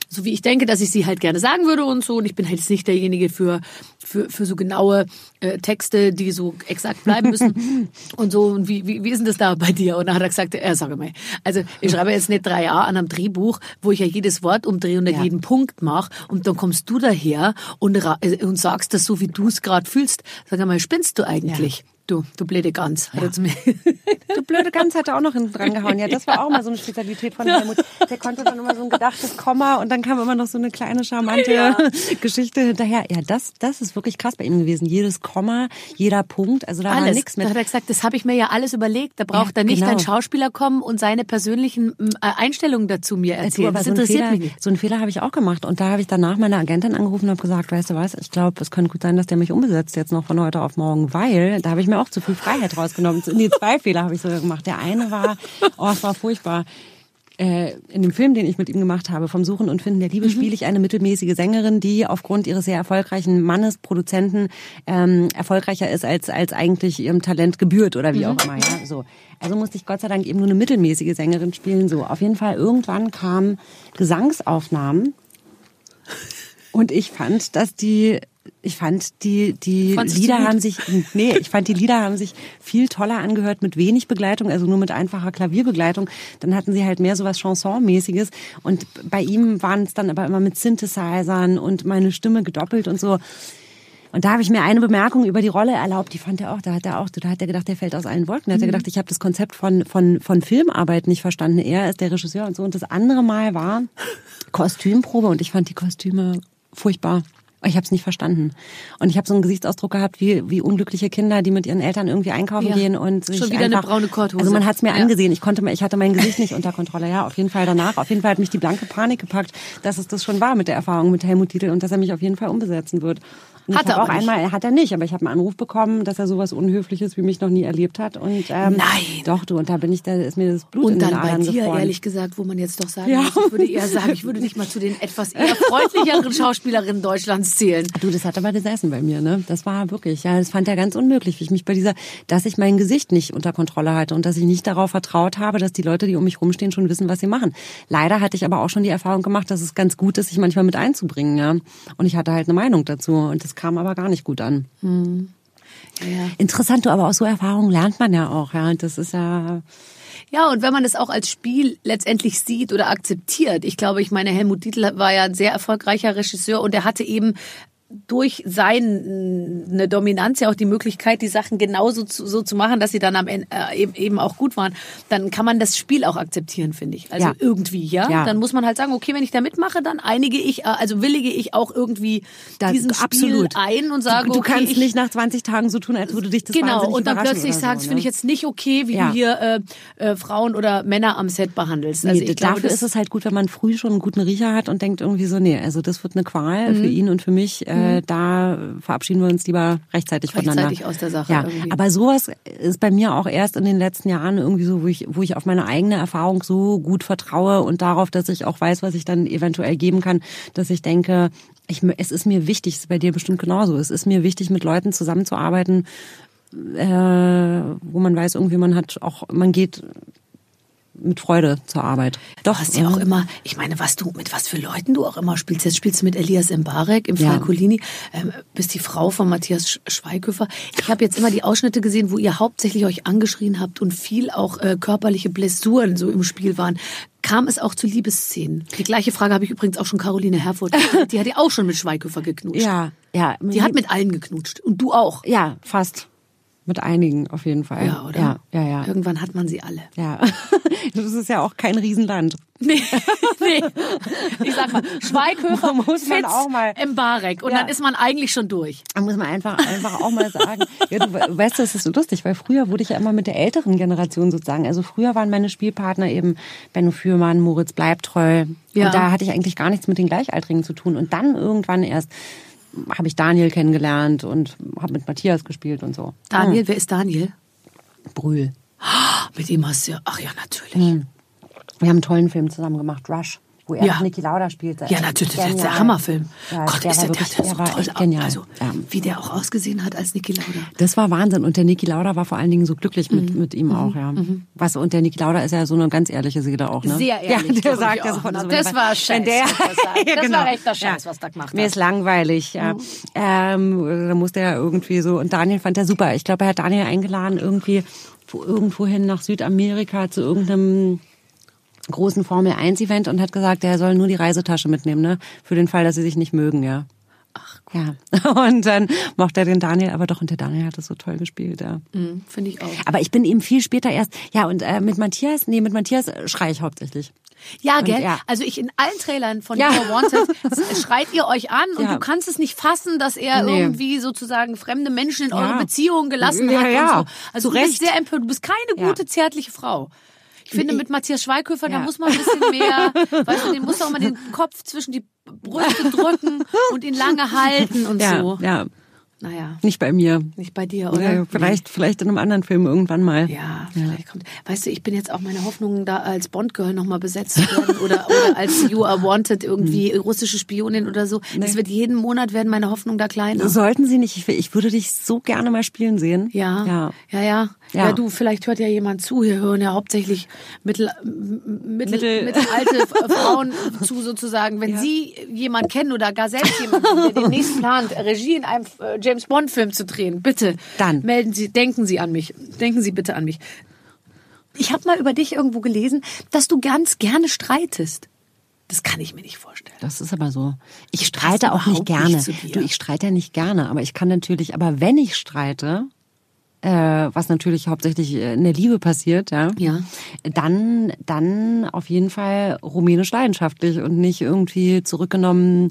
so wie ich denke, dass ich sie halt gerne sagen würde und so. Und ich bin halt jetzt nicht derjenige für, für, für so genaue äh, Texte, die so exakt bleiben müssen. Und so, und wie, wie, wie ist denn das da bei dir? Und dann hat er gesagt, äh, sag mal, also ich schreibe jetzt nicht drei Jahre an einem Drehbuch, wo ich ja jedes Wort umdrehe und ja. jeden Punkt mache. Und dann kommst du daher und, und sagst das so, wie du es gerade fühlst. Sag mal, spinnst du eigentlich? Ja. Du, du blöde Gans. Ja. Du blöde Gans hat er auch noch hinten dran gehauen. Ja, das war auch mal so eine Spezialität von Helmut. Der konnte dann immer so ein gedachtes Komma und dann kam immer noch so eine kleine charmante ja. Geschichte hinterher. Ja, das, das ist wirklich krass bei ihm gewesen. Jedes Komma, jeder Punkt, also da alles. War nichts mit. Da hat er gesagt, das habe ich mir ja alles überlegt. Da braucht ja, er nicht genau. ein Schauspieler kommen und seine persönlichen äh, Einstellungen dazu mir erzählen. Du, das so interessiert Fehler, mich nicht. So einen Fehler habe ich auch gemacht. Und da habe ich danach meine Agentin angerufen und habe gesagt, weißt du was, ich glaube, es könnte gut sein, dass der mich umbesetzt jetzt noch von heute auf morgen, weil da habe ich mir auch zu viel Freiheit rausgenommen. Nee, zwei Fehler habe ich sogar gemacht. Der eine war, oh, es war furchtbar. Äh, in dem Film, den ich mit ihm gemacht habe, vom Suchen und Finden der Liebe, mhm. spiele ich eine mittelmäßige Sängerin, die aufgrund ihres sehr erfolgreichen Mannes, Produzenten, ähm, erfolgreicher ist, als als eigentlich ihrem Talent gebührt oder wie mhm. auch immer. Ja, so. Also musste ich Gott sei Dank eben nur eine mittelmäßige Sängerin spielen. So, auf jeden Fall, irgendwann kamen Gesangsaufnahmen und ich fand, dass die Ich fand, die, die Fandest Lieder haben sich, nee, ich fand, die Lieder haben sich viel toller angehört mit wenig Begleitung, also nur mit einfacher Klavierbegleitung. Dann hatten sie halt mehr so was Chanson-mäßiges. Und bei ihm waren es dann aber immer mit Synthesizern und meine Stimme gedoppelt und so. Und da habe ich mir eine Bemerkung über die Rolle erlaubt, die fand er auch, da hat er auch, da hat er gedacht, der fällt aus allen Wolken. Da hat er gedacht, ich habe das Konzept von, von, von Filmarbeit nicht verstanden. Er ist der Regisseur und so. Und das andere Mal war Kostümprobe und ich fand die Kostüme furchtbar. Ich habe es nicht verstanden. Und ich habe so einen Gesichtsausdruck gehabt, wie wie unglückliche Kinder, die mit ihren Eltern irgendwie einkaufen ja. gehen und sich schon wieder einfach, eine braune Korthose. Also man hat es mir ja. angesehen. Ich konnte, ich hatte mein Gesicht nicht unter Kontrolle. Ja, auf jeden Fall danach. Auf jeden Fall hat mich die blanke Panik gepackt, dass es das schon war mit der Erfahrung mit Helmut Dietl und dass er mich auf jeden Fall umbesetzen wird. Und hat er auch einmal, nicht. Hat er nicht, aber ich habe einen Anruf bekommen, dass er sowas Unhöfliches wie mich noch nie erlebt hat. Und ähm, nein, doch du. Und da bin ich, da ist mir das Blut und in den Adern gefroren. Und dann bei dir, ehrlich gesagt, wo man jetzt doch sagen ja. muss, ich würde eher sagen, ich würde dich mal zu den etwas eher freundlicheren Schauspielerinnen Deutschlands zählen. Du, das hat aber gesessen bei mir, ne? Das war wirklich, ja, das fand er ganz unmöglich, wie ich mich bei dieser, dass ich mein Gesicht nicht unter Kontrolle hatte und dass ich nicht darauf vertraut habe, dass die Leute, die um mich rumstehen, schon wissen, was sie machen. Leider hatte ich aber auch schon die Erfahrung gemacht, dass es ganz gut ist, sich manchmal mit einzubringen, ja. Und ich hatte halt eine Meinung dazu und das kam aber gar nicht gut an. Hm. Ja, ja. Interessant, du, aber aus so Erfahrungen lernt man ja auch, ja. Das ist ja... Ja, und wenn man es auch als Spiel letztendlich sieht oder akzeptiert. Ich glaube, ich meine, Helmut Dietl war ja ein sehr erfolgreicher Regisseur und er hatte eben durch seine Dominanz ja auch die Möglichkeit, die Sachen genauso zu, so zu machen, dass sie dann am Ende äh, eben, eben auch gut waren. Dann kann man das Spiel auch akzeptieren, finde ich. Also ja. irgendwie, ja? ja. Dann muss man halt sagen, okay, wenn ich da mitmache, dann einige ich, also willige ich auch irgendwie das, diesen absolut. Spiel ein und sage, du, du okay, kannst ich, nicht nach zwanzig Tagen so tun, als würde dich das genau, wahnsinnig und dann plötzlich so, sagst, ne? finde ich jetzt nicht okay, wie ja. du hier äh, äh, Frauen oder Männer am Set behandelst. Also nee, ich dafür glaube, ist es halt gut, wenn man früh schon einen guten Riecher hat und denkt irgendwie so, nee, also das wird eine Qual mhm. für ihn und für mich, äh, mhm. da verabschieden wir uns lieber rechtzeitig, rechtzeitig voneinander. Rechtzeitig aus der Sache. Ja, irgendwie. Aber sowas ist bei mir auch erst in den letzten Jahren irgendwie so, wo ich, wo ich auf meine eigene Erfahrung so gut vertraue und darauf, dass ich auch weiß, was ich dann eventuell geben kann, dass ich denke, ich, es ist mir wichtig, es ist bei dir bestimmt genauso, es ist mir wichtig, mit Leuten zusammenzuarbeiten, äh, wo man weiß, irgendwie man hat auch, man geht mit Freude zur Arbeit. Doch, du hast ja auch immer, ich meine, was du, mit was für Leuten du auch immer spielst. Jetzt spielst du mit Elias Mbarek im Falcolini, ja. ähm, bist die Frau von Matthias Schweighöfer. Ich habe jetzt immer die Ausschnitte gesehen, wo ihr hauptsächlich euch angeschrien habt und viel auch äh, körperliche Blessuren so im Spiel waren. Kam es auch zu Liebesszenen? Die gleiche Frage habe ich übrigens auch schon Caroline Herfurth gestellt. Die hat ja auch schon mit Schweighöfer geknutscht. Ja, ja. Die hat mit allen geknutscht. Und du auch. Ja, fast. Mit einigen auf jeden Fall. Ja, oder? Ja, ja, ja. Irgendwann hat man sie alle. Ja. Das ist ja auch kein Riesenland. Nee, nee. Ich sag mal, Schweighöfer, muss man Fitz, auch mal Mbarek. Und ja. dann ist man eigentlich schon durch. Da muss man einfach, einfach auch mal sagen. Ja, du weißt, das ist so lustig, weil früher wurde ich ja immer mit der älteren Generation sozusagen. Also früher waren meine Spielpartner eben Benno Fürmann, Moritz Bleibtreu. Ja. Und da hatte ich eigentlich gar nichts mit den Gleichaltrigen zu tun. Und dann irgendwann erst habe ich Daniel kennengelernt und habe mit Matthias gespielt und so. Daniel, hm. wer ist Daniel? Brühl. Mit dem hast du ja, ach ja, natürlich. Hm. Wir haben einen tollen Film zusammen gemacht, Rush. wo er Ja. Niki Lauda spielt. Ja, natürlich, das ist Genial. der Hammerfilm. Ja, Gott, der ist war der, der, wirklich, der, der so war toll. echt genial. Also, Ja. wie der auch ausgesehen hat als Niki Lauda. Das war Wahnsinn. Und der Niki Lauda war vor allen Dingen so glücklich mit, Mhm. mit ihm auch, ja. Was, und der Niki Lauda ist ja so eine ganz ehrliche Seele auch, ne? Sehr ehrlich, Ja, der glaub sagt ich ja auch. sofort Na, so, das wenn- war wenn Scheiß, der- muss ich sagen. Ja, Das genau. war rechter Scheiß, Ja. was der gemacht Mir hat. ist langweilig, ja. Ähm, da musste er irgendwie so, und Daniel fand er super. Ich glaube, er hat Daniel eingeladen, irgendwie, wo, irgendwo hin nach Südamerika zu irgendeinem großen Formel eins Event und hat gesagt, er soll nur die Reisetasche mitnehmen, ne? Für den Fall, dass sie sich nicht mögen, ja. Ach, ja. Und dann mochte er den Daniel, aber doch, und der Daniel hat das so toll gespielt, ja. Mhm, finde ich auch. Aber ich bin eben viel später erst, ja, und äh, mit Matthias, nee, mit Matthias schreie ich hauptsächlich. Ja, Und gell? ja. Also ich in allen Trailern von Ja. You Are Wanted schreit ihr euch an und Ja. du kannst es nicht fassen, dass er Nee. irgendwie sozusagen fremde Menschen in Ja. eure Beziehung gelassen Ja, hat ja. und so. Also Zu du bist Recht. sehr empört. Du bist keine Ja. gute, zärtliche Frau. Ich finde, mit Matthias Schweighöfer, da Ja. muss man ein bisschen mehr, weißt du, den muss auch mal den Kopf zwischen die Brüste drücken und ihn lange halten und Ja, so. ja, Naja, nicht bei mir. nicht bei dir, oder? Oder vielleicht, vielleicht in einem anderen Film irgendwann mal. Ja, vielleicht kommt. Weißt du, ich bin jetzt auch meine Hoffnungen, da als Bond-Girl nochmal besetzt zu werden oder, oder als You Are Wanted irgendwie russische Spionin oder so. Das wird jeden Monat werden meine Hoffnungen da kleiner. Sollten Sie nicht, ich, ich würde dich so gerne mal spielen sehen. Ja, Ja. ja, ja. Ja. Ja, du, vielleicht hört ja jemand zu. Hier hören ja hauptsächlich mittel, m- mittel, Mittel- mittelalte F- Frauen zu sozusagen. Wenn Sie jemand kennen oder gar selbst jemanden, der demnächst plant, Regie in einem äh, James-Bond-Film zu drehen, bitte Dann. melden Sie, denken Sie an mich. Denken Sie bitte an mich. Ich habe mal über dich irgendwo gelesen, dass du ganz gerne streitest. Das kann ich mir nicht vorstellen. Das ist aber so. Ich Das streite passt auch nicht überhaupt gerne. nicht zu dir. Du, ich streite ja nicht gerne, aber ich kann natürlich, aber wenn ich streite, äh, was natürlich hauptsächlich in der Liebe passiert, ja, Ja. dann, dann auf jeden Fall rumänisch leidenschaftlich und nicht irgendwie zurückgenommen.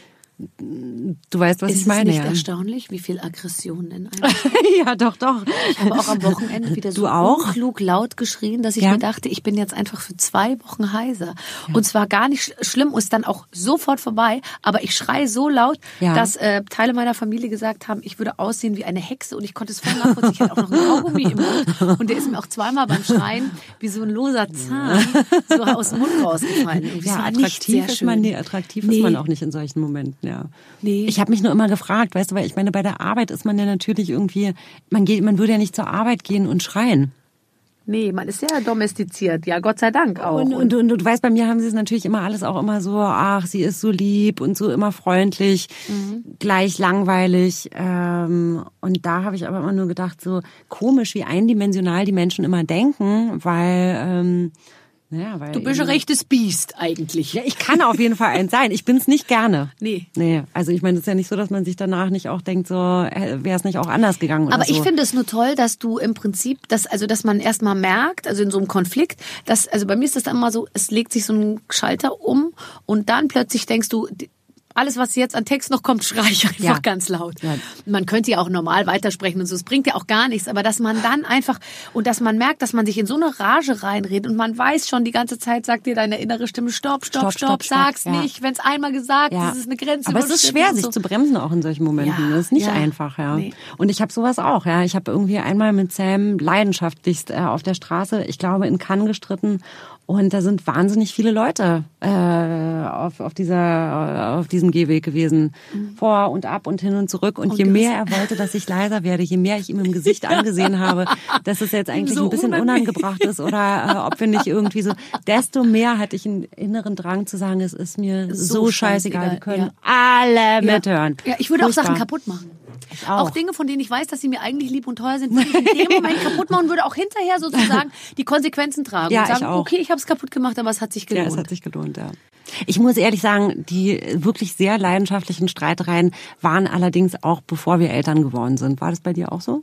Du weißt, was Ist ich meine, es nicht ja. erstaunlich, wie viel Aggression in einem Ja, doch, doch. Ich habe auch am Wochenende wieder so Du auch? unklug laut geschrien, dass ich Ja. mir dachte, ich bin jetzt einfach für zwei Wochen heiser. Und zwar gar nicht sch- schlimm und ist dann auch sofort vorbei. Aber ich schreie so laut, Ja. dass äh, Teile meiner Familie gesagt haben, ich würde aussehen wie eine Hexe. Und ich konnte es voll nachvollziehen. Ich hatte auch noch einen Kaugummi im Mund. Und der ist mir auch zweimal beim Schreien wie so ein loser Zahn so aus dem Mund rausgefallen. Irgendwie, es Ja, war nicht attraktiv sehr ist schön. man, nee, attraktiv Nee. ist man auch nicht in solchen Momenten, ja. Nee. Ich habe mich nur immer gefragt, weißt du, weil ich meine, bei der Arbeit ist man ja natürlich irgendwie, man geht, man würde ja nicht zur Arbeit gehen und schreien. Nee, man ist sehr domestiziert. Ja, Gott sei Dank auch. Und, und, und, und du weißt, bei mir haben sie es natürlich immer alles auch immer so, ach, sie ist so lieb und so immer freundlich, gleich langweilig. Ähm, und da habe ich aber immer nur gedacht, so komisch, wie eindimensional die Menschen immer denken, weil, ähm, naja, weil du bist ein eben- rechtes Biest eigentlich. Ja, ich kann auf jeden Fall eins sein. Ich bin's nicht gerne. Nee. Nee, also ich meine, es ist ja nicht so, dass man sich danach nicht auch denkt, so wäre es nicht auch anders gegangen oder Aber so. ich finde es nur toll, dass du im Prinzip, dass, also, dass man erstmal merkt, also in so einem Konflikt, dass, also bei mir ist das dann immer so, es legt sich so ein Schalter um und dann plötzlich denkst du, die- alles, was jetzt an Text noch kommt, schrei ich einfach Ja. ganz laut. Ja. Man könnte ja auch normal weitersprechen und so, es bringt ja auch gar nichts, aber dass man dann einfach, und dass man merkt, dass man sich in so eine Rage reinredet und man weiß schon, die ganze Zeit sagt dir deine innere Stimme, stopp, stopp, Stopp, stopp, stopp, stopp, sag's ja. nicht, wenn's einmal gesagt, Ja. das ist eine Grenze. Aber es ist überschritten schwer, und sich so. zu bremsen auch in solchen Momenten. Ja, Das ist nicht ja. einfach, ja. Nee. Und ich habe sowas auch, ja. Ich habe irgendwie einmal mit Sam leidenschaftlichst äh, auf der Straße, ich glaube in Cannes gestritten. Und da sind wahnsinnig viele Leute äh, auf, auf, dieser, auf diesem Gehweg gewesen. Vor und ab und hin und zurück. Und, Und je du mehr er wollte, dass ich leiser werde, je mehr ich ihm im Gesicht angesehen habe, dass es jetzt eigentlich So ein bisschen unangenehm. unangebracht ist oder äh, ob wir nicht irgendwie so, desto mehr hatte ich einen inneren Drang zu sagen, es ist mir so, So scheißegal, wir scheißegal, können ja. alle mithören. Ja, ich würde auch Furchtbar. Sachen kaputt machen. Ich auch. Auch Dinge, von denen ich weiß, dass sie mir eigentlich lieb und teuer sind, würde ich in dem Moment kaputt machen und würde auch hinterher sozusagen die Konsequenzen tragen. Ja, und sagen, ich auch. okay, ich habe es kaputt gemacht, aber es hat sich Ja, gelohnt. es hat sich gelohnt, ja. Ich muss ehrlich sagen, die wirklich sehr leidenschaftlichen Streitereien waren allerdings auch, bevor wir Eltern geworden sind. War das bei dir auch so?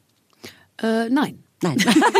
äh, nein. Nein.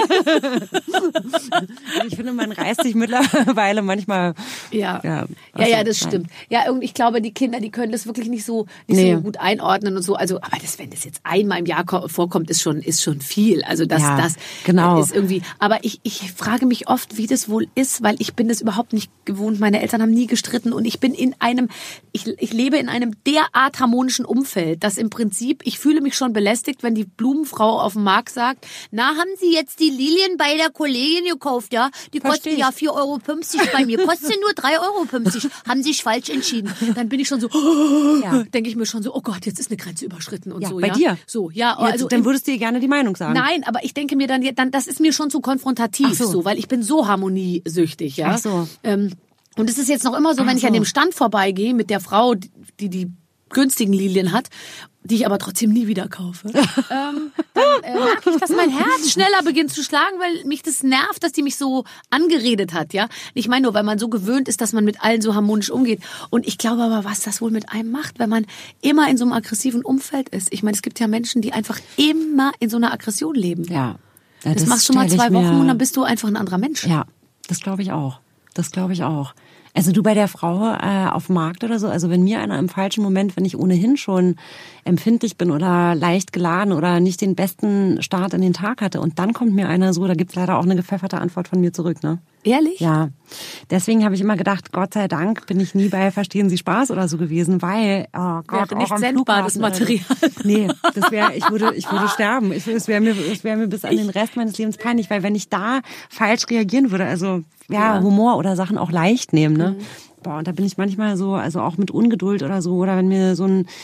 Also ich finde, man reißt sich mittlerweile manchmal. Ja, Ja, ja, also, ja, das nein. stimmt. Ja, irgendwie, ich glaube, die Kinder, die können das wirklich nicht so, nicht Nee. so gut einordnen und so. Also, aber das, wenn das jetzt einmal im Jahr ko- vorkommt, ist schon, ist schon viel. Also, das, Ja, das genau. ist irgendwie. Aber ich, ich frage mich oft, wie das wohl ist, weil ich bin das überhaupt nicht gewohnt. Meine Eltern haben nie gestritten und ich bin in einem, ich, ich lebe in einem derart harmonischen Umfeld, dass im Prinzip, ich fühle mich schon belästigt, wenn die Blumenfrau auf dem Markt sagt, na, Hanni, Sie jetzt die Lilien bei der Kollegin gekauft, ja? Die Versteh kosten ja vier Euro fünfzig bei mir. Kosten nur drei Euro fünfzig. Haben Sie sich falsch entschieden. Dann bin ich schon so, ja. denke ich mir schon so, oh Gott, jetzt ist eine Grenze überschritten und ja, so. Bei ja? dir? So, ja. ja Also dann würdest du ihr gerne die Meinung sagen. Nein, aber ich denke mir dann, dann das ist mir schon zu konfrontativ, Ach so. so, weil ich bin so harmoniesüchtig, ja. Ach so. Ähm, und es ist jetzt noch immer so, wenn Ach ich an so. dem Stand vorbeigehe mit der Frau, die die günstigen Lilien hat, die ich aber trotzdem nie wieder kaufe, ähm, dann äh, merke ich, dass mein Herz schneller beginnt zu schlagen, weil mich das nervt, dass die mich so angeredet hat, ja. Ich meine nur, weil man so gewöhnt ist, dass man mit allen so harmonisch umgeht. Und ich glaube aber, was das wohl mit einem macht, wenn man immer in so einem aggressiven Umfeld ist. Ich meine, es gibt ja Menschen, die einfach immer in so einer Aggression leben. Ja. ja Das, das machst du mal zwei Wochen und dann bist du einfach ein anderer Mensch. Ja, das glaube ich auch. Das glaube ich auch. Also du bei der Frau äh, auf dem Markt oder so, also wenn mir einer im falschen Moment, wenn ich ohnehin schon empfindlich bin oder leicht geladen oder nicht den besten Start in den Tag hatte und dann kommt mir einer so, da gibt's leider auch eine gepfefferte Antwort von mir zurück, ne? Ehrlich? Ja. Deswegen habe ich immer gedacht, Gott sei Dank bin ich nie bei Verstehen Sie Spaß oder so gewesen, weil, oh Gott, wäre nicht auch am sendbar, das Flughafen Material. oder so. Nee, das wäre, ich würde, ich würde sterben. Ich, es wäre mir, es wäre mir bis an den Rest meines Lebens peinlich, weil wenn ich da falsch reagieren würde, also ja, Ja. Humor oder Sachen auch leicht nehmen, ne? Mhm. Boah, und da bin ich manchmal so, also auch mit Ungeduld oder so, oder wenn mir so ein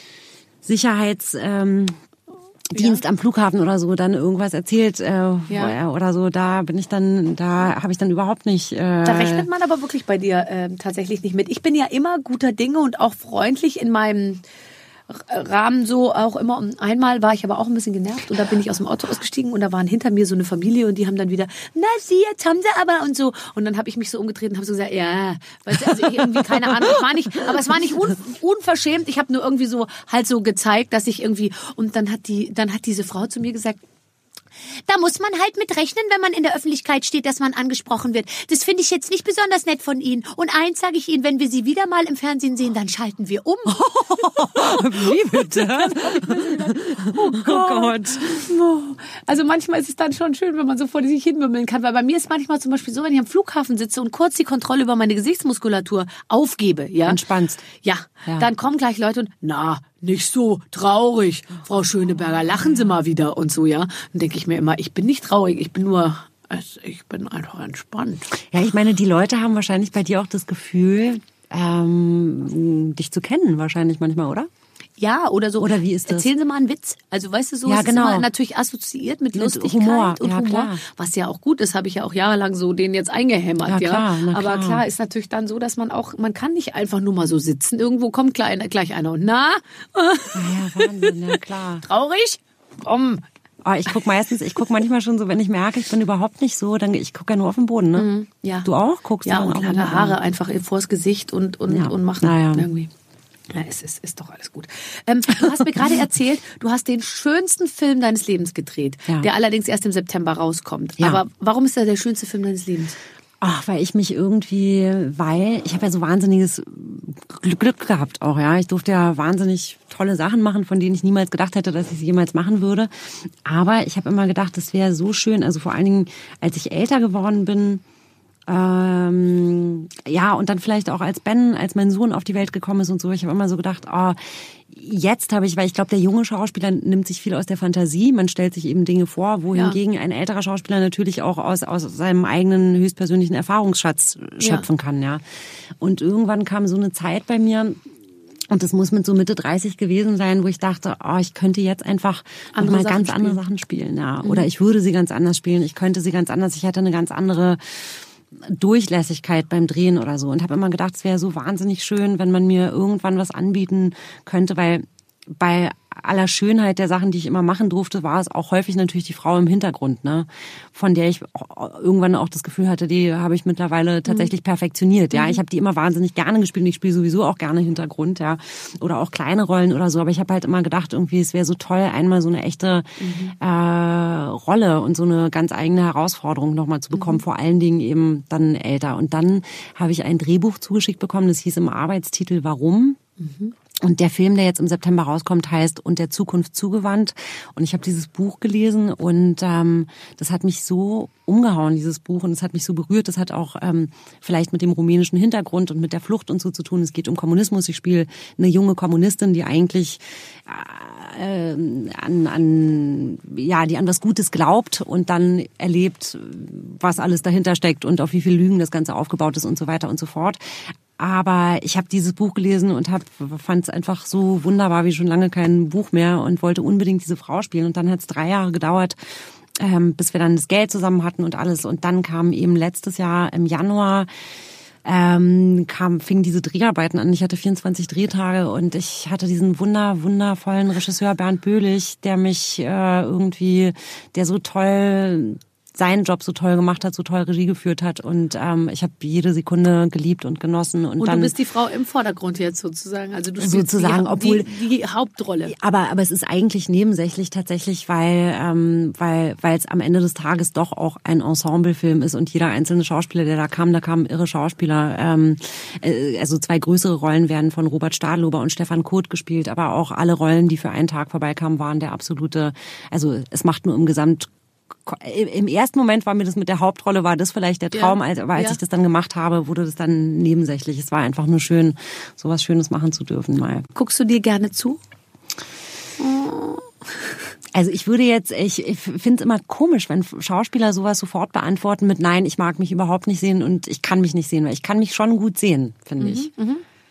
Sicherheits, ähm, Dienst am Flughafen oder so dann irgendwas erzählt äh, Ja. oder so, da bin ich dann, da habe ich dann überhaupt nicht. Äh, Da rechnet man aber wirklich bei dir äh, tatsächlich nicht mit. Ich bin ja immer guter Dinge und auch freundlich in meinem Rahmen so auch immer. Und einmal war ich aber auch ein bisschen genervt und da bin ich aus dem Auto ausgestiegen und da waren hinter mir so eine Familie und die haben dann wieder, na Sie, jetzt haben Sie aber und so. Und dann habe ich mich so umgedreht und habe so gesagt, ja, weißt du, also ich irgendwie keine Ahnung, es war nicht, aber es war nicht un, unverschämt. Ich habe nur irgendwie so halt so gezeigt, dass ich irgendwie und dann hat die, dann hat diese Frau zu mir gesagt, da muss man halt mit rechnen, wenn man in der Öffentlichkeit steht, dass man angesprochen wird. Das finde ich jetzt nicht besonders nett von Ihnen. Und eins sage ich Ihnen, wenn wir Sie wieder mal im Fernsehen sehen, dann schalten wir um. Wie bitte? Oh Gott. Also manchmal ist es dann schon schön, wenn man so vor sich hinmümmeln kann. Weil bei mir ist manchmal zum Beispiel so, wenn ich am Flughafen sitze und kurz die Kontrolle über meine Gesichtsmuskulatur aufgebe, ja. Entspannst. Ja, Ja. dann kommen gleich Leute und, na, nicht so traurig. Frau Schöneberger, lachen Sie mal wieder und so, ja. Dann denke ich mir immer, ich bin nicht traurig, ich bin nur, also ich bin einfach entspannt. Ja, ich meine, die Leute haben wahrscheinlich bei dir auch das Gefühl, ähm, dich zu kennen, wahrscheinlich manchmal, oder? Ja, oder so. Oder wie ist das? Erzählen Sie mal einen Witz. Also, weißt du, so Ja, ist genau. es immer natürlich assoziiert mit, Mit Lustigkeit Humor. und Ja, Humor. klar. Was ja auch gut ist, habe ich ja auch jahrelang so denen jetzt eingehämmert, Ja, ja. klar, na Aber klar. klar ist natürlich dann so, dass man auch, man kann nicht einfach nur mal so sitzen. Irgendwo kommt gleich, gleich einer und na, Ja, Wahnsinn, ja klar. traurig? Komm. Oh, ich guck meistens, ich guck manchmal schon so, wenn ich merke, ich bin überhaupt nicht so, dann ich gucke ja nur auf den Boden, ne? Ja. Du auch? Guckst Ja, du dann und auf den lange Boden? Haare einfach vors Gesicht und, und, Ja. und machen Naja. irgendwie. Ja, es ist, ist doch alles gut. Ähm, du hast mir gerade erzählt, du hast den schönsten Film deines Lebens gedreht, Ja. der allerdings erst im September rauskommt. Ja. Aber warum ist er der schönste Film deines Lebens? Ach, weil ich mich irgendwie, weil ich habe ja so wahnsinniges Glück, Glück gehabt auch, ja. Ich durfte ja wahnsinnig tolle Sachen machen, von denen ich niemals gedacht hätte, dass ich sie jemals machen würde. Aber ich habe immer gedacht, das wäre so schön, also vor allen Dingen, als ich älter geworden bin, ähm, ja, und dann vielleicht auch als Ben, als mein Sohn auf die Welt gekommen ist und so, ich habe immer so gedacht, oh, jetzt habe ich, weil ich glaube, der junge Schauspieler nimmt sich viel aus der Fantasie, man stellt sich eben Dinge vor, wohingegen ja. ein älterer Schauspieler natürlich auch aus, aus seinem eigenen höchstpersönlichen Erfahrungsschatz schöpfen ja. kann, ja. Und irgendwann kam so eine Zeit bei mir, und das muss mit so Mitte dreißig gewesen sein, wo ich dachte, oh, ich könnte jetzt einfach andere mal Sachen ganz spielen. andere Sachen spielen, ja. Oder ich würde sie ganz anders spielen, ich könnte sie ganz anders, ich hätte eine ganz andere Durchlässigkeit beim Drehen oder so und habe immer gedacht, es wäre so wahnsinnig schön, wenn man mir irgendwann was anbieten könnte, weil bei aller Schönheit der Sachen, die ich immer machen durfte, war es auch häufig natürlich die Frau im Hintergrund, ne, von der ich irgendwann auch das Gefühl hatte, die habe ich mittlerweile tatsächlich perfektioniert, ja. Ich habe die immer wahnsinnig gerne gespielt und ich spiele sowieso auch gerne Hintergrund, ja, oder auch kleine Rollen oder so, aber ich habe halt immer gedacht, irgendwie es wäre so toll, einmal so eine echte mhm. äh, Rolle und so eine ganz eigene Herausforderung nochmal zu bekommen, mhm. vor allen Dingen eben dann älter. Und dann habe ich ein Drehbuch zugeschickt bekommen, das hieß im Arbeitstitel Warum? Mhm. Und der Film, der jetzt im September rauskommt, heißt Und der Zukunft zugewandt. Und ich habe dieses Buch gelesen und ähm, das hat mich so umgehauen, dieses Buch. Und es hat mich so berührt. Das hat auch ähm, vielleicht mit dem rumänischen Hintergrund und mit der Flucht und so zu tun. Es geht um Kommunismus. Ich spiele eine junge Kommunistin, die eigentlich äh, an, an, ja, die an was Gutes glaubt und dann erlebt, was alles dahinter steckt und auf wie viel Lügen das Ganze aufgebaut ist und so weiter und so fort. Aber ich habe dieses Buch gelesen und fand es einfach so wunderbar wie schon lange kein Buch mehr und wollte unbedingt diese Frau spielen. Und dann hat es drei Jahre gedauert, ähm, bis wir dann das Geld zusammen hatten und alles. Und dann kam eben letztes Jahr im Januar, ähm, kam, fingen diese Dreharbeiten an. Ich hatte vierundzwanzig Drehtage und ich hatte diesen wunder, wundervollen Regisseur Bernd Böhlich, der mich äh, irgendwie, der so toll seinen Job so toll gemacht hat, so toll Regie geführt hat und ähm, ich habe jede Sekunde geliebt und genossen. Und, und dann, du bist die Frau im Vordergrund jetzt sozusagen, also du spielst sozusagen, die, obwohl die, die Hauptrolle. Aber aber es ist eigentlich nebensächlich tatsächlich, weil ähm, weil weil es am Ende des Tages doch auch ein Ensemblefilm ist und jeder einzelne Schauspieler, der da kam, da kamen irre Schauspieler. Ähm, äh, also zwei größere Rollen werden von Robert Stadlober und Stefan Koth gespielt, aber auch alle Rollen, die für einen Tag vorbeikamen, waren der absolute. Also es macht nur im Gesamt Im ersten Moment war mir das mit der Hauptrolle, war das vielleicht der Traum, ja, aber als ja. ich das dann gemacht habe, wurde das dann nebensächlich. Es war einfach nur schön, sowas Schönes machen zu dürfen mal. Guckst du dir gerne zu? Also ich würde jetzt, ich, ich finde es immer komisch, wenn Schauspieler sowas sofort beantworten mit Nein, ich mag mich überhaupt nicht sehen und ich kann mich nicht sehen, weil ich kann mich schon gut sehen, finde mhm, ich.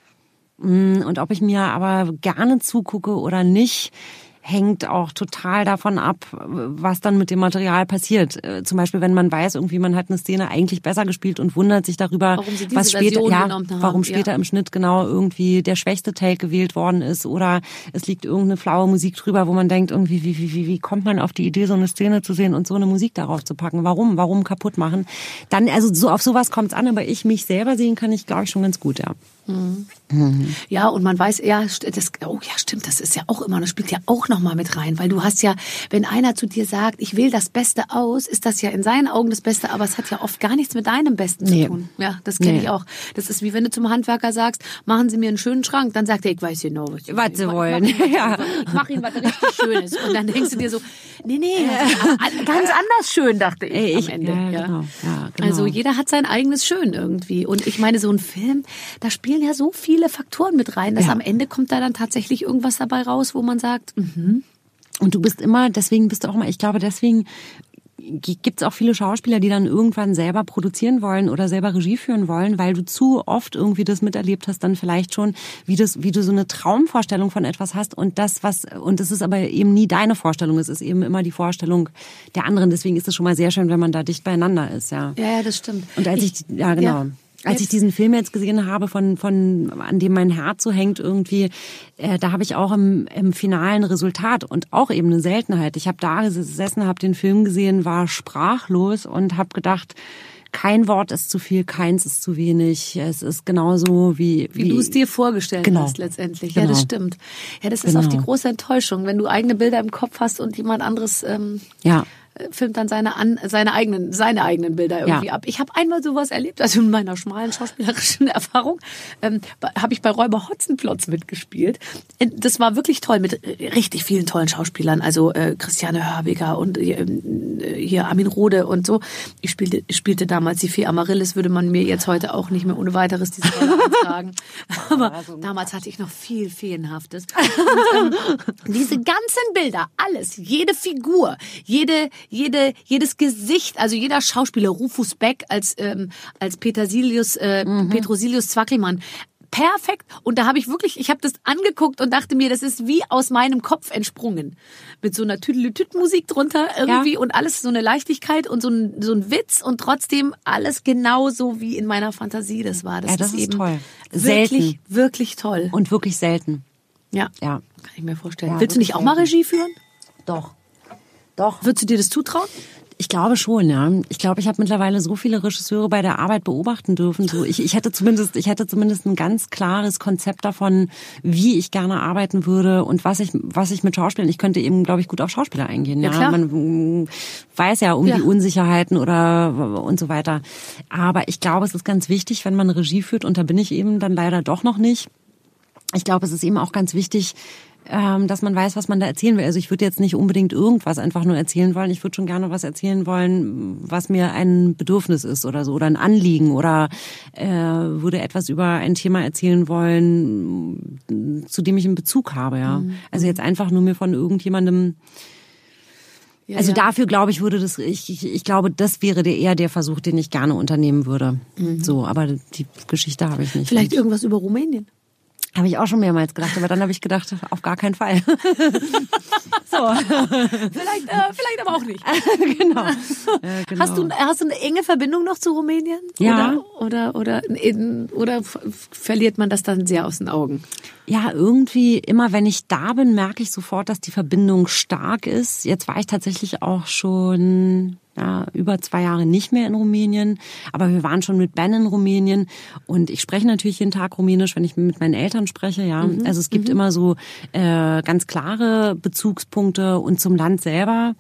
Mhm. Und ob ich mir aber gerne zugucke oder nicht, hängt auch total davon ab, was dann mit dem Material passiert. Zum Beispiel, wenn man weiß, irgendwie man hat eine Szene eigentlich besser gespielt und wundert sich darüber, warum sie diese was später, Version ja, genommen haben. warum später ja. im Schnitt genau irgendwie der schwächste Take gewählt worden ist oder es liegt irgendeine flaue Musik drüber, wo man denkt, irgendwie wie wie wie wie kommt man auf die Idee, so eine Szene zu sehen und so eine Musik darauf zu packen? Warum? Warum kaputt machen? Dann also so auf sowas kommt es an, aber ich mich selber sehen kann ich, glaube ich, schon ganz gut, ja. Mhm. Mhm. Ja, und man weiß, ja, das, oh ja, stimmt, das ist ja auch immer, das spielt ja auch nochmal mit rein, weil du hast ja, wenn einer zu dir sagt, ich wähle das Beste aus, ist das ja in seinen Augen das Beste, aber es hat ja oft gar nichts mit deinem Besten nee. zu tun. Ja, das kenne nee. ich auch. Das ist wie wenn du zum Handwerker sagst, machen Sie mir einen schönen Schrank, dann sagt er, ich weiß genau, was, was Sie wollen. Ich mach, ja. ich mache Ihnen was richtig Schönes. Und dann denkst du dir so, nee, nee, ganz anders schön, dachte ich, Ey, ich am Ende. Ja, ja. Genau. Ja, genau. Also jeder hat sein eigenes Schön irgendwie. Und ich meine, so ein Film, da spielen ja so viele Faktoren mit rein, dass ja. am Ende kommt da dann tatsächlich irgendwas dabei raus, wo man sagt, mhm. Und du bist immer, deswegen bist du auch mal, ich glaube, deswegen gibt es auch viele Schauspieler, die dann irgendwann selber produzieren wollen oder selber Regie führen wollen, weil du zu oft irgendwie das miterlebt hast, dann vielleicht schon, wie das, wie du so eine Traumvorstellung von etwas hast und das, was, und das ist aber eben nie deine Vorstellung, es ist eben immer die Vorstellung der anderen. Deswegen ist es schon mal sehr schön, wenn man da dicht beieinander ist, ja. Ja, ja, das stimmt. Und als ich, ich ja, genau. Ja. Als ich diesen Film jetzt gesehen habe, von, von, an dem mein Herz so hängt irgendwie, äh, da habe ich auch im, im finalen Resultat und auch eben eine Seltenheit. Ich habe da gesessen, habe den Film gesehen, war sprachlos und habe gedacht, kein Wort ist zu viel, keins ist zu wenig. Es ist genauso wie... Wie, wie du es dir vorgestellt genau. hast letztendlich. Genau. Ja, das stimmt. Ja, das ist genau. auch die große Enttäuschung, wenn du eigene Bilder im Kopf hast und jemand anderes... Ähm, ja. filmt dann seine an, seine eigenen seine eigenen Bilder irgendwie ja. ab. Ich habe einmal sowas erlebt, also in meiner schmalen schauspielerischen Erfahrung, ähm, habe ich bei Räuber Hotzenplotz mitgespielt. Das war wirklich toll mit richtig vielen tollen Schauspielern, also äh, Christiane Hörbiger und äh, hier Armin Rohde und so. Ich spielte spielte damals die Fee Amaryllis, würde man mir jetzt heute auch nicht mehr ohne weiteres diese Rolle antragen. Aber damals hatte ich noch viel Feenhaftes. Und, ähm, diese ganzen Bilder, alles, jede Figur, jede Jede, jedes Gesicht, also jeder Schauspieler, Rufus Beck als ähm, als Petersilius, äh, mhm. Petrosilius Zwackelmann, perfekt. Und da habe ich wirklich, ich habe das angeguckt und dachte mir, das ist wie aus meinem Kopf entsprungen, mit so einer Tüdelütüt-Musik drunter irgendwie ja. und alles so eine Leichtigkeit und so ein so ein Witz und trotzdem alles genauso wie in meiner Fantasie das war. Das, ja, das ist, ist eben toll. Wirklich, selten. wirklich toll Und wirklich selten. Ja, ja. Kann ich mir vorstellen. Ja, Willst du nicht auch mal Regie führen? Doch. Doch. Würdest du dir das zutrauen? Ich glaube schon, ja. Ich glaube, ich habe mittlerweile so viele Regisseure bei der Arbeit beobachten dürfen. So, ich, ich hätte zumindest, ich hätte zumindest ein ganz klares Konzept davon, wie ich gerne arbeiten würde und was ich, was ich mit Schauspielern. Ich könnte eben, glaube ich, gut auf Schauspieler eingehen. Ja, ja. Man weiß ja um ja. die Unsicherheiten oder und so weiter. Aber ich glaube, es ist ganz wichtig, wenn man Regie führt, und da bin ich eben dann leider doch noch nicht, ich glaube, es ist eben auch ganz wichtig, dass man weiß, was man da erzählen will. Also ich würde jetzt nicht unbedingt irgendwas einfach nur erzählen wollen. Ich würde schon gerne was erzählen wollen, was mir ein Bedürfnis ist oder so oder ein Anliegen oder äh, würde etwas über ein Thema erzählen wollen, zu dem ich einen Bezug habe. Ja, mhm. Also jetzt einfach nur mir von irgendjemandem. Ja, also ja. dafür glaube ich würde das. Ich, ich, ich glaube, das wäre der, eher der Versuch, den ich gerne unternehmen würde. Mhm. So, aber die Geschichte habe ich nicht. Vielleicht irgendwas über Rumänien. Habe ich auch schon mehrmals gedacht, aber dann habe ich gedacht, auf gar keinen Fall. So, vielleicht, äh, vielleicht aber auch nicht. genau. Äh, genau. Hast du, hast du eine enge Verbindung noch zu Rumänien? Ja. Oder, oder, oder, oder verliert man das dann sehr aus den Augen? Ja, irgendwie immer, wenn ich da bin, merke ich sofort, dass die Verbindung stark ist. Jetzt war ich tatsächlich auch schon ja, über zwei Jahre nicht mehr in Rumänien, aber wir waren schon mit Ben in Rumänien und ich spreche natürlich jeden Tag Rumänisch, wenn ich mit meinen Eltern spreche. Ja, mhm. Also es gibt mhm. immer so äh, ganz klare Bezugspunkte und zum Land selber.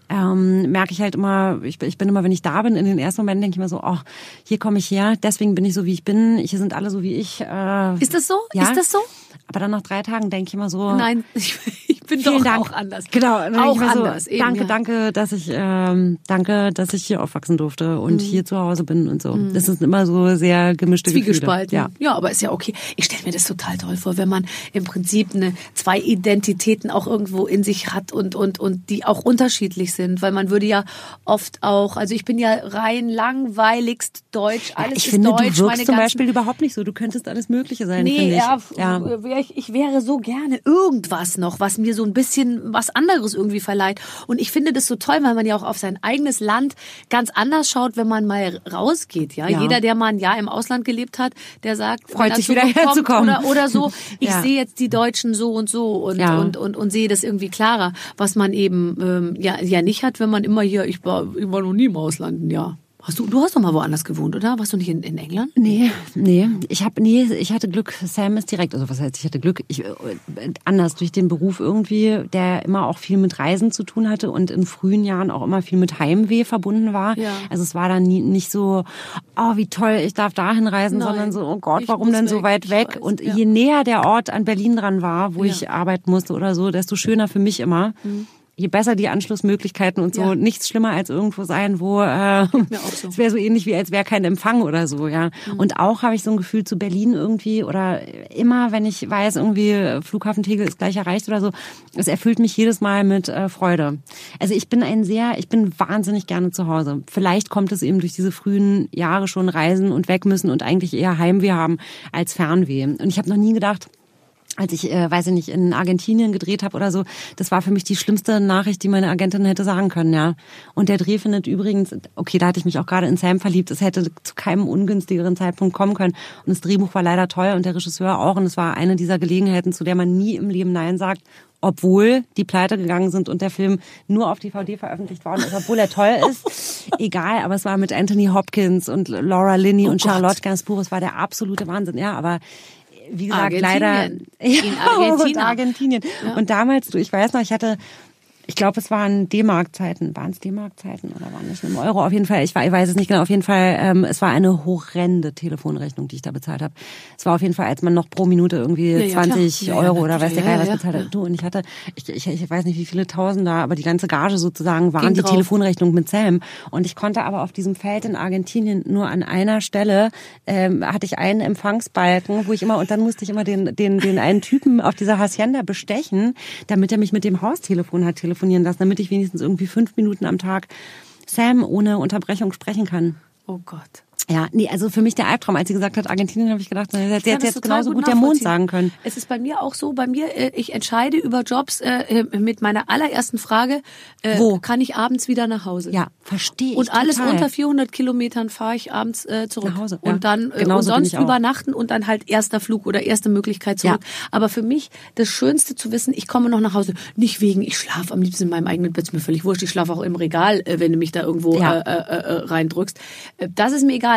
Ähm, merke ich halt immer, ich, ich bin immer, wenn ich da bin, in den ersten Momenten denke ich immer so, oh, hier komme ich her, deswegen bin ich so, wie ich bin, hier sind alle so, wie ich. Äh, ist das so? Ja. Ist das so? Aber dann nach drei Tagen denke ich immer so... Nein, ich, ich bin doch Dank. auch anders. Genau. Dann auch ich so, anders. Eben, danke, ja. danke, dass ich ähm, danke, dass ich hier aufwachsen durfte und mhm. hier zu Hause bin und so. Mhm. Das ist immer so sehr gemischte Gefühle. Zwiegespalten. Ja. ja, aber ist ja okay. Ich stelle mir das total toll vor, wenn man im Prinzip eine, zwei Identitäten auch irgendwo in sich hat und, und, und die auch unterschiedlich sind. Weil man würde ja oft auch, also ich bin ja rein langweiligst deutsch, alles ja, ich ist finde, deutsch. Du wirkst meine zum ganzen, Beispiel überhaupt nicht so. Du könntest alles Mögliche sein, nee, finde ich. Ja, ja, wär ich, ich wäre so gerne irgendwas noch, was mir so ein bisschen was anderes irgendwie verleiht. Und ich finde das so toll, weil man ja auch auf sein eigenes Land ganz anders schaut, wenn man mal rausgeht. Ja, ja. Jeder, der mal ein Jahr im Ausland gelebt hat, der sagt, freut sich wieder herzukommen oder, oder so. Ich ja. sehe jetzt die Deutschen so und so und ja. und, und und sehe das irgendwie klarer, was man eben ähm, ja ja nicht hat, wenn man immer hier. Ich war, ich war noch nie im Ausland, ja. Hast du, du hast doch mal woanders gewohnt, oder? Warst du nicht in, in England? Nee, nee. Ich habe nee, ich hatte Glück. Sam ist direkt, also was heißt, ich hatte Glück. Ich, äh, anders durch den Beruf irgendwie, der immer auch viel mit Reisen zu tun hatte und in frühen Jahren auch immer viel mit Heimweh verbunden war. Ja. Also es war dann nie, nicht so, oh wie toll, ich darf dahin reisen, Nein, sondern so, oh Gott, ich warum denn weg, so weit weg? weiß, und ja. je näher der Ort an Berlin dran war, wo ja. ich arbeiten musste oder so, desto schöner für mich immer. Mhm. Je besser die Anschlussmöglichkeiten und so, ja. nichts schlimmer als irgendwo sein, wo äh, so. es wäre so ähnlich wie als wäre kein Empfang oder so, ja. Mhm. Und auch habe ich so ein Gefühl zu Berlin irgendwie oder immer, wenn ich weiß, irgendwie Flughafen Tegel ist gleich erreicht oder so, es erfüllt mich jedes Mal mit äh, Freude. Also ich bin ein sehr, ich bin wahnsinnig gerne zu Hause. Vielleicht kommt es eben durch diese frühen Jahre schon reisen und weg müssen und eigentlich eher Heimweh haben als Fernweh. Und ich habe noch nie gedacht, als ich, äh, weiß ich nicht, in Argentinien gedreht habe oder so, das war für mich die schlimmste Nachricht, die meine Agentin hätte sagen können, ja. Und der Dreh findet übrigens, okay, da hatte ich mich auch gerade in Sam verliebt, es hätte zu keinem ungünstigeren Zeitpunkt kommen können. Und das Drehbuch war leider toll und der Regisseur auch. Und es war eine dieser Gelegenheiten, zu der man nie im Leben Nein sagt, obwohl die pleite gegangen sind und der Film nur auf D V D veröffentlicht worden ist, obwohl er toll ist. Egal, aber es war mit Anthony Hopkins und Laura Linney oh und Gott. Charlotte Gainsbourg, es war der absolute Wahnsinn, ja, aber wie gesagt, Argentinien. leider in Argentinien. und Argentinien. Ja. Und damals, du, ich weiß noch, ich hatte, ich glaube, es waren D-Mark-Zeiten. Waren es D-Mark-Zeiten oder waren es im Euro? Auf jeden Fall, ich, ich weiß es nicht genau. Auf jeden Fall, ähm, es war eine horrende Telefonrechnung, die ich da bezahlt habe. Es war auf jeden Fall, als man noch pro Minute irgendwie ja, ja, zwanzig ja, Euro ja, oder weiß der Geil was ja, bezahlt hat. Ja. Du, und ich hatte, ich, ich, ich weiß nicht, wie viele Tausender, aber die ganze Gage sozusagen waren Ging die drauf. Telefonrechnung mit Sam. Und ich konnte aber auf diesem Feld in Argentinien nur an einer Stelle, ähm, hatte ich einen Empfangsbalken, wo ich immer, und dann musste ich immer den, den, den einen Typen auf dieser Hacienda bestechen, damit er mich mit dem Haustelefon hat telefonieren lassen, damit ich wenigstens irgendwie fünf Minuten am Tag Sam ohne Unterbrechung sprechen kann. Oh Gott. Ja, nee, also für mich der Albtraum. Als sie gesagt hat, Argentinien, habe ich gedacht, sie hätte jetzt, jetzt genauso gut, gut der Mond sagen können. Es ist bei mir auch so, bei mir, ich entscheide über Jobs äh, mit meiner allerersten Frage, äh, Wo? Kann ich abends wieder nach Hause? Ja, verstehe ich Und alles total. unter vierhundert Kilometern fahre ich abends äh, zurück. Nach Hause, und ja. dann äh, Genauso und sonst bin ich auch. übernachten und dann halt erster Flug oder erste Möglichkeit zurück. Ja. Aber für mich das Schönste zu wissen, ich komme noch nach Hause. Nicht wegen, ich schlafe am liebsten in meinem eigenen Bett, ist mir völlig wurscht. Ich schlafe auch im Regal, äh, wenn du mich da irgendwo ja. äh, äh, äh, reindrückst. Äh, das ist mir egal.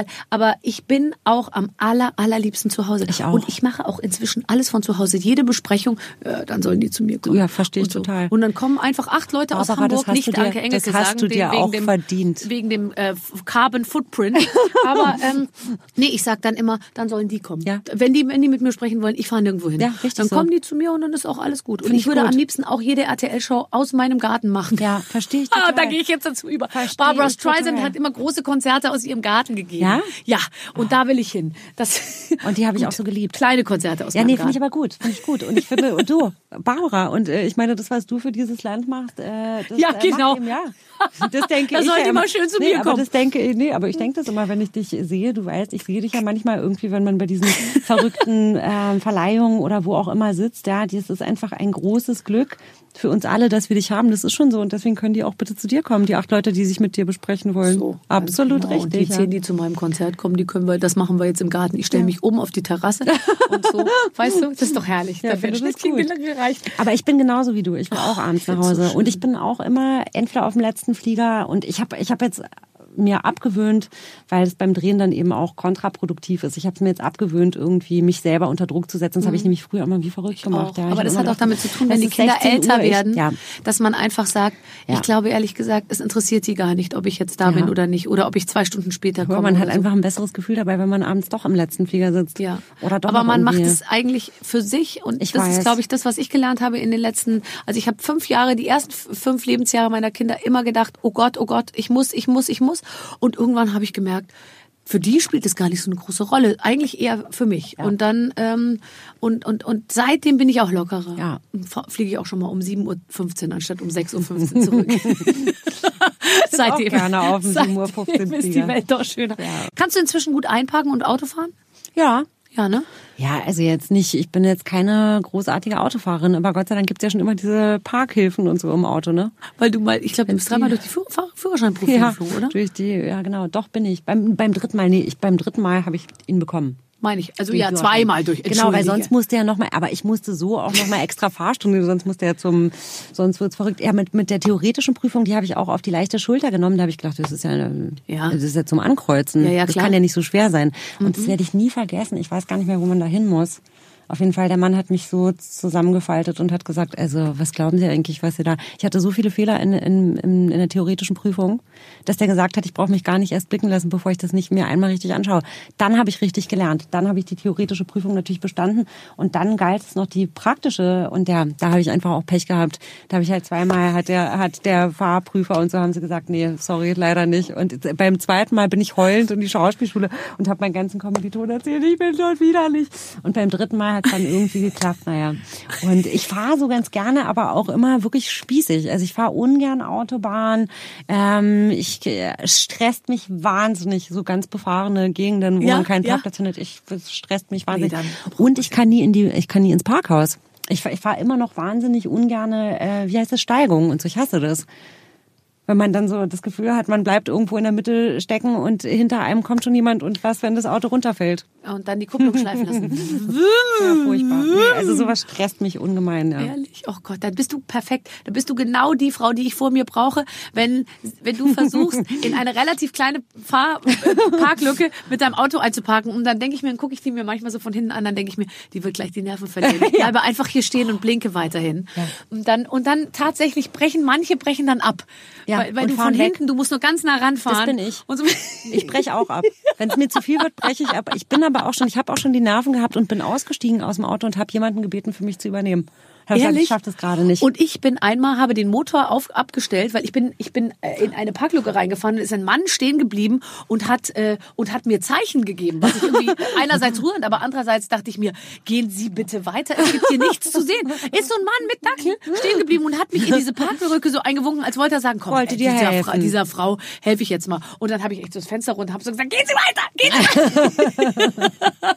egal. Aber ich bin auch am aller, allerliebsten zu Hause. Ich auch. Und ich mache auch inzwischen alles von zu Hause. Jede Besprechung, äh, dann sollen die zu mir kommen. Ja, verstehe ich und so. total. Und dann kommen einfach acht Leute aus Barbara, das Hamburg, hast nicht du dir- Anke Engelke das hast sagen, du dir wegen auch dem, verdient. wegen dem äh, Carbon Footprint. Aber ähm, nee, ich sag dann immer, dann sollen die kommen. Ja. Wenn die, wenn die mit mir sprechen wollen, ich fahre nirgendwo hin. Ja, richtig dann so. kommen die zu mir und dann ist auch alles gut. Und Find ich ich würde gut. am liebsten auch jede R T L-Show aus meinem Garten machen. Ja, verstehe ich Ah, total. da gehe ich jetzt dazu über. Versteh Barbara ich Streisand total. hat immer große Konzerte aus ihrem Garten gegeben. Ja? Ja, und da will ich hin. Das Und die habe ich Gut. auch so geliebt. Kleine Konzerte aus Ja, meinem nee, Garten. finde ich aber gut. Finde ich gut. Und ich finde, und du, Barbara, und äh, ich meine, das, was du für dieses Land machst, äh, das Ja, äh, genau. macht ihm, ja. Das denke Da ich sollt ja ihr immer. mal schön zu nee, mir aber kommen. das denke ich, nee, aber ich denke das immer, wenn ich dich sehe, du weißt, ich sehe dich ja manchmal irgendwie, wenn man bei diesen verrückten äh, Verleihungen oder wo auch immer sitzt, ja, das ist einfach ein großes Glück für uns alle, dass wir dich haben. Das ist schon so und deswegen können die auch bitte zu dir kommen, die acht Leute, die sich mit dir besprechen wollen. So, Absolut genau. Und die richtig. zehn, ja. die zu meinem Konzert kommen, die können wir, das machen wir jetzt im Garten. Ich stelle mich um auf die Terrasse und so. Weißt du, das ist doch herrlich. Ja, da wird finde das Schnittchen gut. gereicht. Aber ich bin genauso wie du. Ich will auch abends nach find's so Hause. schön. Und ich bin auch immer entweder auf dem letzten Flieger und ich habe ich hab jetzt mir abgewöhnt, weil es beim Drehen dann eben auch kontraproduktiv ist. Ich habe es mir jetzt abgewöhnt, irgendwie mich selber unter Druck zu setzen. Das habe ich nämlich früher immer wie verrückt gemacht. Auch. Ja, ich Aber hab das immer hat auch gedacht, damit zu tun, wenn es die ist Kinder sechzehn älter Uhr, ich- werden, Ja. dass man einfach sagt, Ja. ich glaube ehrlich gesagt, es interessiert die gar nicht, ob ich jetzt da Ja. bin oder nicht. Oder ob ich zwei Stunden später komme. Aber man hat oder so. einfach ein besseres Gefühl dabei, wenn man abends doch im letzten Flieger sitzt. Ja. Oder doch Aber noch man macht irgendwie- es eigentlich für sich und Ich das weiß. ist, glaube ich, das, was ich gelernt habe in den letzten, also ich habe fünf Jahre, die ersten f- fünf Lebensjahre meiner Kinder immer gedacht, oh Gott, oh Gott, ich muss, ich muss, ich muss. Und irgendwann habe ich gemerkt, für die spielt es gar nicht so eine große Rolle, eigentlich eher für mich. Und dann ähm, und und und seitdem bin ich auch lockerer. Ja. Und fa- fliege ich auch schon mal um sieben Uhr fünfzehn anstatt um sechs Uhr fünfzehn zurück. auch gerne auf dem sieben Uhr fünfzehn seitdem ist die Flieger. Welt doch schöner. Kannst du inzwischen gut einparken und Auto fahren? Ja. Ja, ne? Ja, also jetzt nicht, ich bin jetzt keine großartige Autofahrerin, aber Gott sei Dank gibt's ja schon immer diese Parkhilfen und so im Auto, ne? Weil du mal, ich glaube, du bist dreimal durch die Führ Fahr Führerscheinprüfung Ja, geflogen, oder? durch die, ja genau, doch bin ich. Beim, beim dritten Mal, nee, ich, beim dritten Mal habe ich ihn bekommen. Meine ich. Also Den ja, Führerschein. zweimal durch. Genau, weil Entschuldige. sonst musste ja nochmal, aber ich musste so auch nochmal extra Fahrstunde, sonst musste ja zum, sonst wird's verrückt. Ja, mit, mit der theoretischen Prüfung, die habe ich auch auf die leichte Schulter genommen, da habe ich gedacht, das ist ja, Ja. das ist ja zum Ankreuzen. Ja, ja, das klar. kann ja nicht so schwer sein. Und das werde ich nie vergessen. Ich weiß gar nicht mehr, wo man da hin muss. Auf jeden Fall, der Mann hat mich so zusammengefaltet und hat gesagt, also was glauben Sie eigentlich, was Sie da... Ich hatte so viele Fehler in, in, in, in der theoretischen Prüfung, dass der gesagt hat, ich brauche mich gar nicht erst blicken lassen, bevor ich das nicht mir einmal richtig anschaue. Dann habe ich richtig gelernt. Dann habe ich die theoretische Prüfung natürlich bestanden und dann galt es noch die praktische und der, da habe ich einfach auch Pech gehabt. Da habe ich halt zweimal, hat der, hat der Fahrprüfer und so haben sie gesagt, nee, sorry, leider nicht. Und beim zweiten Mal bin ich heulend in die Schauspielschule und habe meinen ganzen Kommilitonen erzählt, ich bin dort wieder nicht. Und beim dritten Mal hat es dann irgendwie geklappt, naja. Und ich fahre so ganz gerne, aber auch immer wirklich spießig. Also ich fahre ungern Autobahn. Ähm, ich äh, stresst mich wahnsinnig, so ganz befahrene Gegenden, wo Ja, man keinen ja. Parkplatz findet. Ich, das stresst mich wahnsinnig. Nee, Und ich kann nie in die, ich kann nie ins Parkhaus. Ich, fahr- ich fahre immer noch wahnsinnig ungerne, äh, wie heißt das, Steigungen und so. Ich hasse das. Wenn man dann so das Gefühl hat, man bleibt irgendwo in der Mitte stecken und hinter einem kommt schon jemand und was, wenn das Auto runterfällt? Und dann die Kupplung schleifen lassen. Ja, furchtbar. Nee, also sowas stresst mich ungemein, ja. Ehrlich? Oh Gott, dann bist du perfekt. Dann bist du genau die Frau, die ich vor mir brauche, wenn, wenn du versuchst, in eine relativ kleine Fahr Parklücke mit deinem Auto einzuparken. Und dann denke ich mir, dann gucke ich die mir manchmal so von hinten an, dann denke ich mir, die wird gleich die Nerven verlieren. Ich bleibe einfach hier stehen und blinke weiterhin. Ja. Und dann, und dann tatsächlich brechen, manche brechen dann ab. Ja, weil weil und du fahren von weg. hinten, du musst nur ganz nah ranfahren. Das bin ich. Und so, Ich breche auch ab. Wenn es mir zu viel wird, breche ich ab. Ich bin aber auch schon, ich habe auch schon die Nerven gehabt und bin ausgestiegen aus dem Auto und habe jemanden gebeten, für mich zu übernehmen. Ich habe gesagt, ich schaffe das gerade nicht. Und ich bin einmal, habe den Motor auf, abgestellt, weil ich bin, ich bin äh, in eine Parklücke reingefahren und ist ein Mann stehen geblieben und hat, äh, und hat mir Zeichen gegeben, was ich irgendwie einerseits rührend, aber andererseits dachte ich mir, gehen Sie bitte weiter, es gibt hier nichts zu sehen. Ist so ein Mann mit Dackel stehen geblieben und hat mich in diese Parklücke so eingewunken, als wollte er sagen, komm, Wollte ey, dir dieser, helfen. Fra dieser Frau helfe ich jetzt mal. Und dann habe ich echt so das Fenster runter und habe so gesagt, gehen Sie weiter, gehen Sie weiter.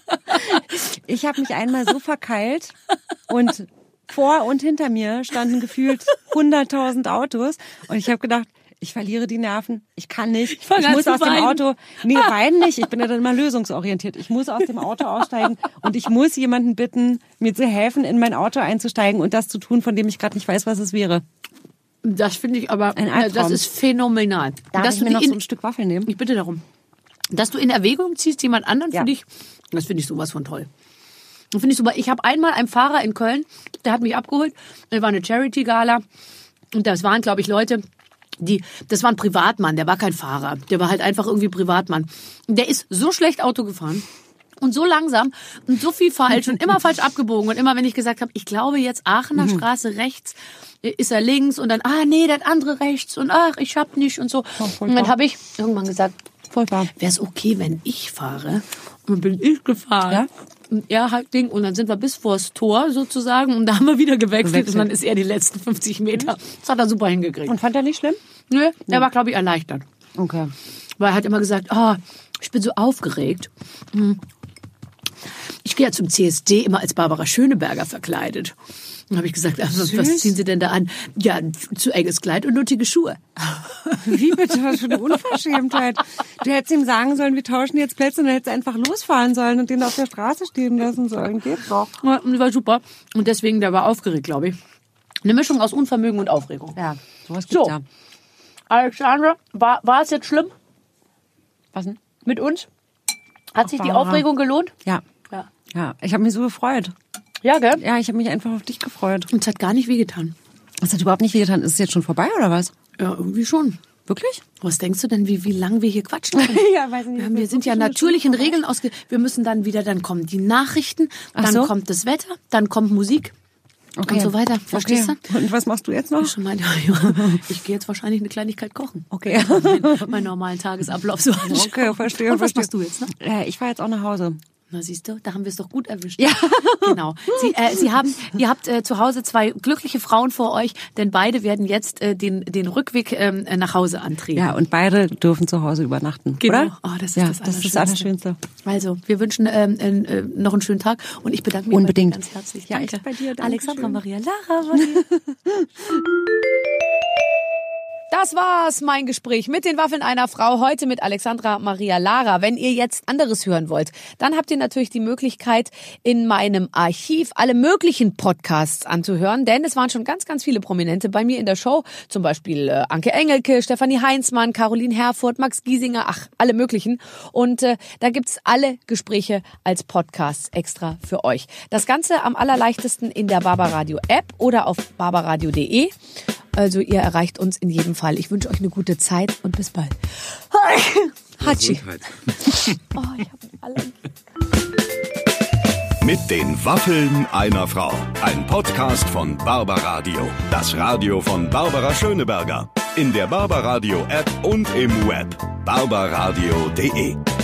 Ich habe mich einmal so verkeilt und vor und hinter mir standen gefühlt hunderttausend Autos und ich habe gedacht, ich verliere die Nerven, ich kann nicht, fang ich an muss zu aus dem weinen. Auto, nee, weinen nicht, ich bin ja dann immer lösungsorientiert, ich muss aus dem Auto aussteigen und ich muss jemanden bitten, mir zu helfen, in mein Auto einzusteigen und das zu tun, von dem ich gerade nicht weiß, was es wäre. Das finde ich aber, Ein äh, Albtraum. das ist phänomenal. Darf das ich mir noch in- so ein Stück Waffel nehmen? Ich bitte darum. dass du in Erwägung ziehst, jemand anderen Ja. für dich, das finde ich sowas von toll. Und finde ich super. Ich habe einmal einen Fahrer in Köln, der hat mich abgeholt. Da war eine Charity-Gala. Und das waren, glaube ich, Leute, die, das war ein Privatmann, der war kein Fahrer. Der war halt einfach irgendwie Privatmann. Und der ist so schlecht Auto gefahren. Und so langsam und so viel falsch und immer falsch abgebogen. Und immer, wenn ich gesagt habe, ich glaube jetzt Aachener Straße rechts, ist er links. Und dann, ah nee, das andere rechts. Und ach, ich hab nicht und so. Und dann habe ich irgendwann gesagt, Furchtbar. wäre es okay, wenn ich fahre? Und bin ich gefahren. Ja? Und er halt Ding. Und dann sind wir bis vors Tor sozusagen. Und da haben wir wieder gewechselt. Gewechselt. Und dann ist er die letzten fünfzig Meter. Das hat er super hingekriegt. Und fand er nicht schlimm? Nö, er war, glaube ich, erleichtert. Okay. Weil er hat immer gesagt, oh, ich bin so aufgeregt. Hm. Ich gehe ja zum C S D immer als Barbara Schöneberger verkleidet. Dann habe ich gesagt, also, was ziehen Sie denn da an? Ja, zu enges Kleid und nuttige Schuhe. Wie bitte? Was für eine Unverschämtheit. Du hättest ihm sagen sollen, wir tauschen jetzt Plätze und dann hättest du einfach losfahren sollen und den auf der Straße stehen lassen sollen. Geht doch. Ja, und das war super. Und deswegen, der war aufgeregt, glaube ich. Eine Mischung aus Unvermögen und Aufregung. Ja, sowas gibt's So, ja. Alexandra, war, war es jetzt schlimm Was denn? mit uns? Hat sich die Barbara. Aufregung gelohnt? Ja. Ja. Ja, ich habe mich so gefreut. Ja, gell? Ja, ich habe mich einfach auf dich gefreut. Und es hat gar nicht wehgetan. Das hat überhaupt nicht wehgetan. Ist es jetzt schon vorbei oder was? Ja, irgendwie schon. Wirklich? Was denkst du denn, wie, wie lang wir hier quatschen können? Ja, weiß nicht. Wir, haben, wir sind ja natürlichen Regeln ausge... Wir müssen dann wieder, dann kommen die Nachrichten, Ach dann so. kommt das Wetter, dann kommt Musik und so weiter. Verstehst okay. du? Und was machst du jetzt noch? du? Schon mal, ja, ja. Ich gehe jetzt wahrscheinlich eine Kleinigkeit kochen. Okay. Mein, mein normalen Tagesablauf so anschauen. Okay, verstehe. Und was verstehe. machst du jetzt? Ne? Äh, ich fahre jetzt auch nach Hause. Na, siehst du, da haben wir es doch gut erwischt. Ja. Genau. Sie, äh, Sie haben, ihr habt äh, zu Hause zwei glückliche Frauen vor euch, denn beide werden jetzt äh, den, den Rückweg ähm, nach Hause antreten. Ja, und beide dürfen zu Hause übernachten, Genau. oder? Oh, das ist ja, das das ist das Allerschönste. Allerschönste. Also, wir wünschen ähm, äh, noch einen schönen Tag und ich bedanke mich Unbedingt. bei dir ganz herzlich. Ja, Danke. ich bei dir, danke Alexandra schön. Maria Lara war hier. Das war's, mein Gespräch mit den Waffeln einer Frau, heute mit Alexandra Maria Lara. Wenn ihr jetzt anderes hören wollt, dann habt ihr natürlich die Möglichkeit, in meinem Archiv alle möglichen Podcasts anzuhören, denn es waren schon ganz, ganz viele Prominente bei mir in der Show, zum Beispiel äh, Anke Engelke, Stefanie Heinzmann, Caroline Herfurth, Max Giesinger, ach, alle möglichen. Und äh, da gibt's alle Gespräche als Podcasts extra für euch. Das Ganze am allerleichtesten in der Barbaradio App oder auf barbaradio punkt de. Also ihr erreicht uns in jedem Fall. Ich wünsche euch eine gute Zeit und bis bald. Hatschi. Gesundheit. Oh, ich hab alle. Mit den Waffeln einer Frau. Ein Podcast von Barbaradio. Das Radio von Barbara Schöneberger. In der Barbaradio App und im Web. barbaradio punkt de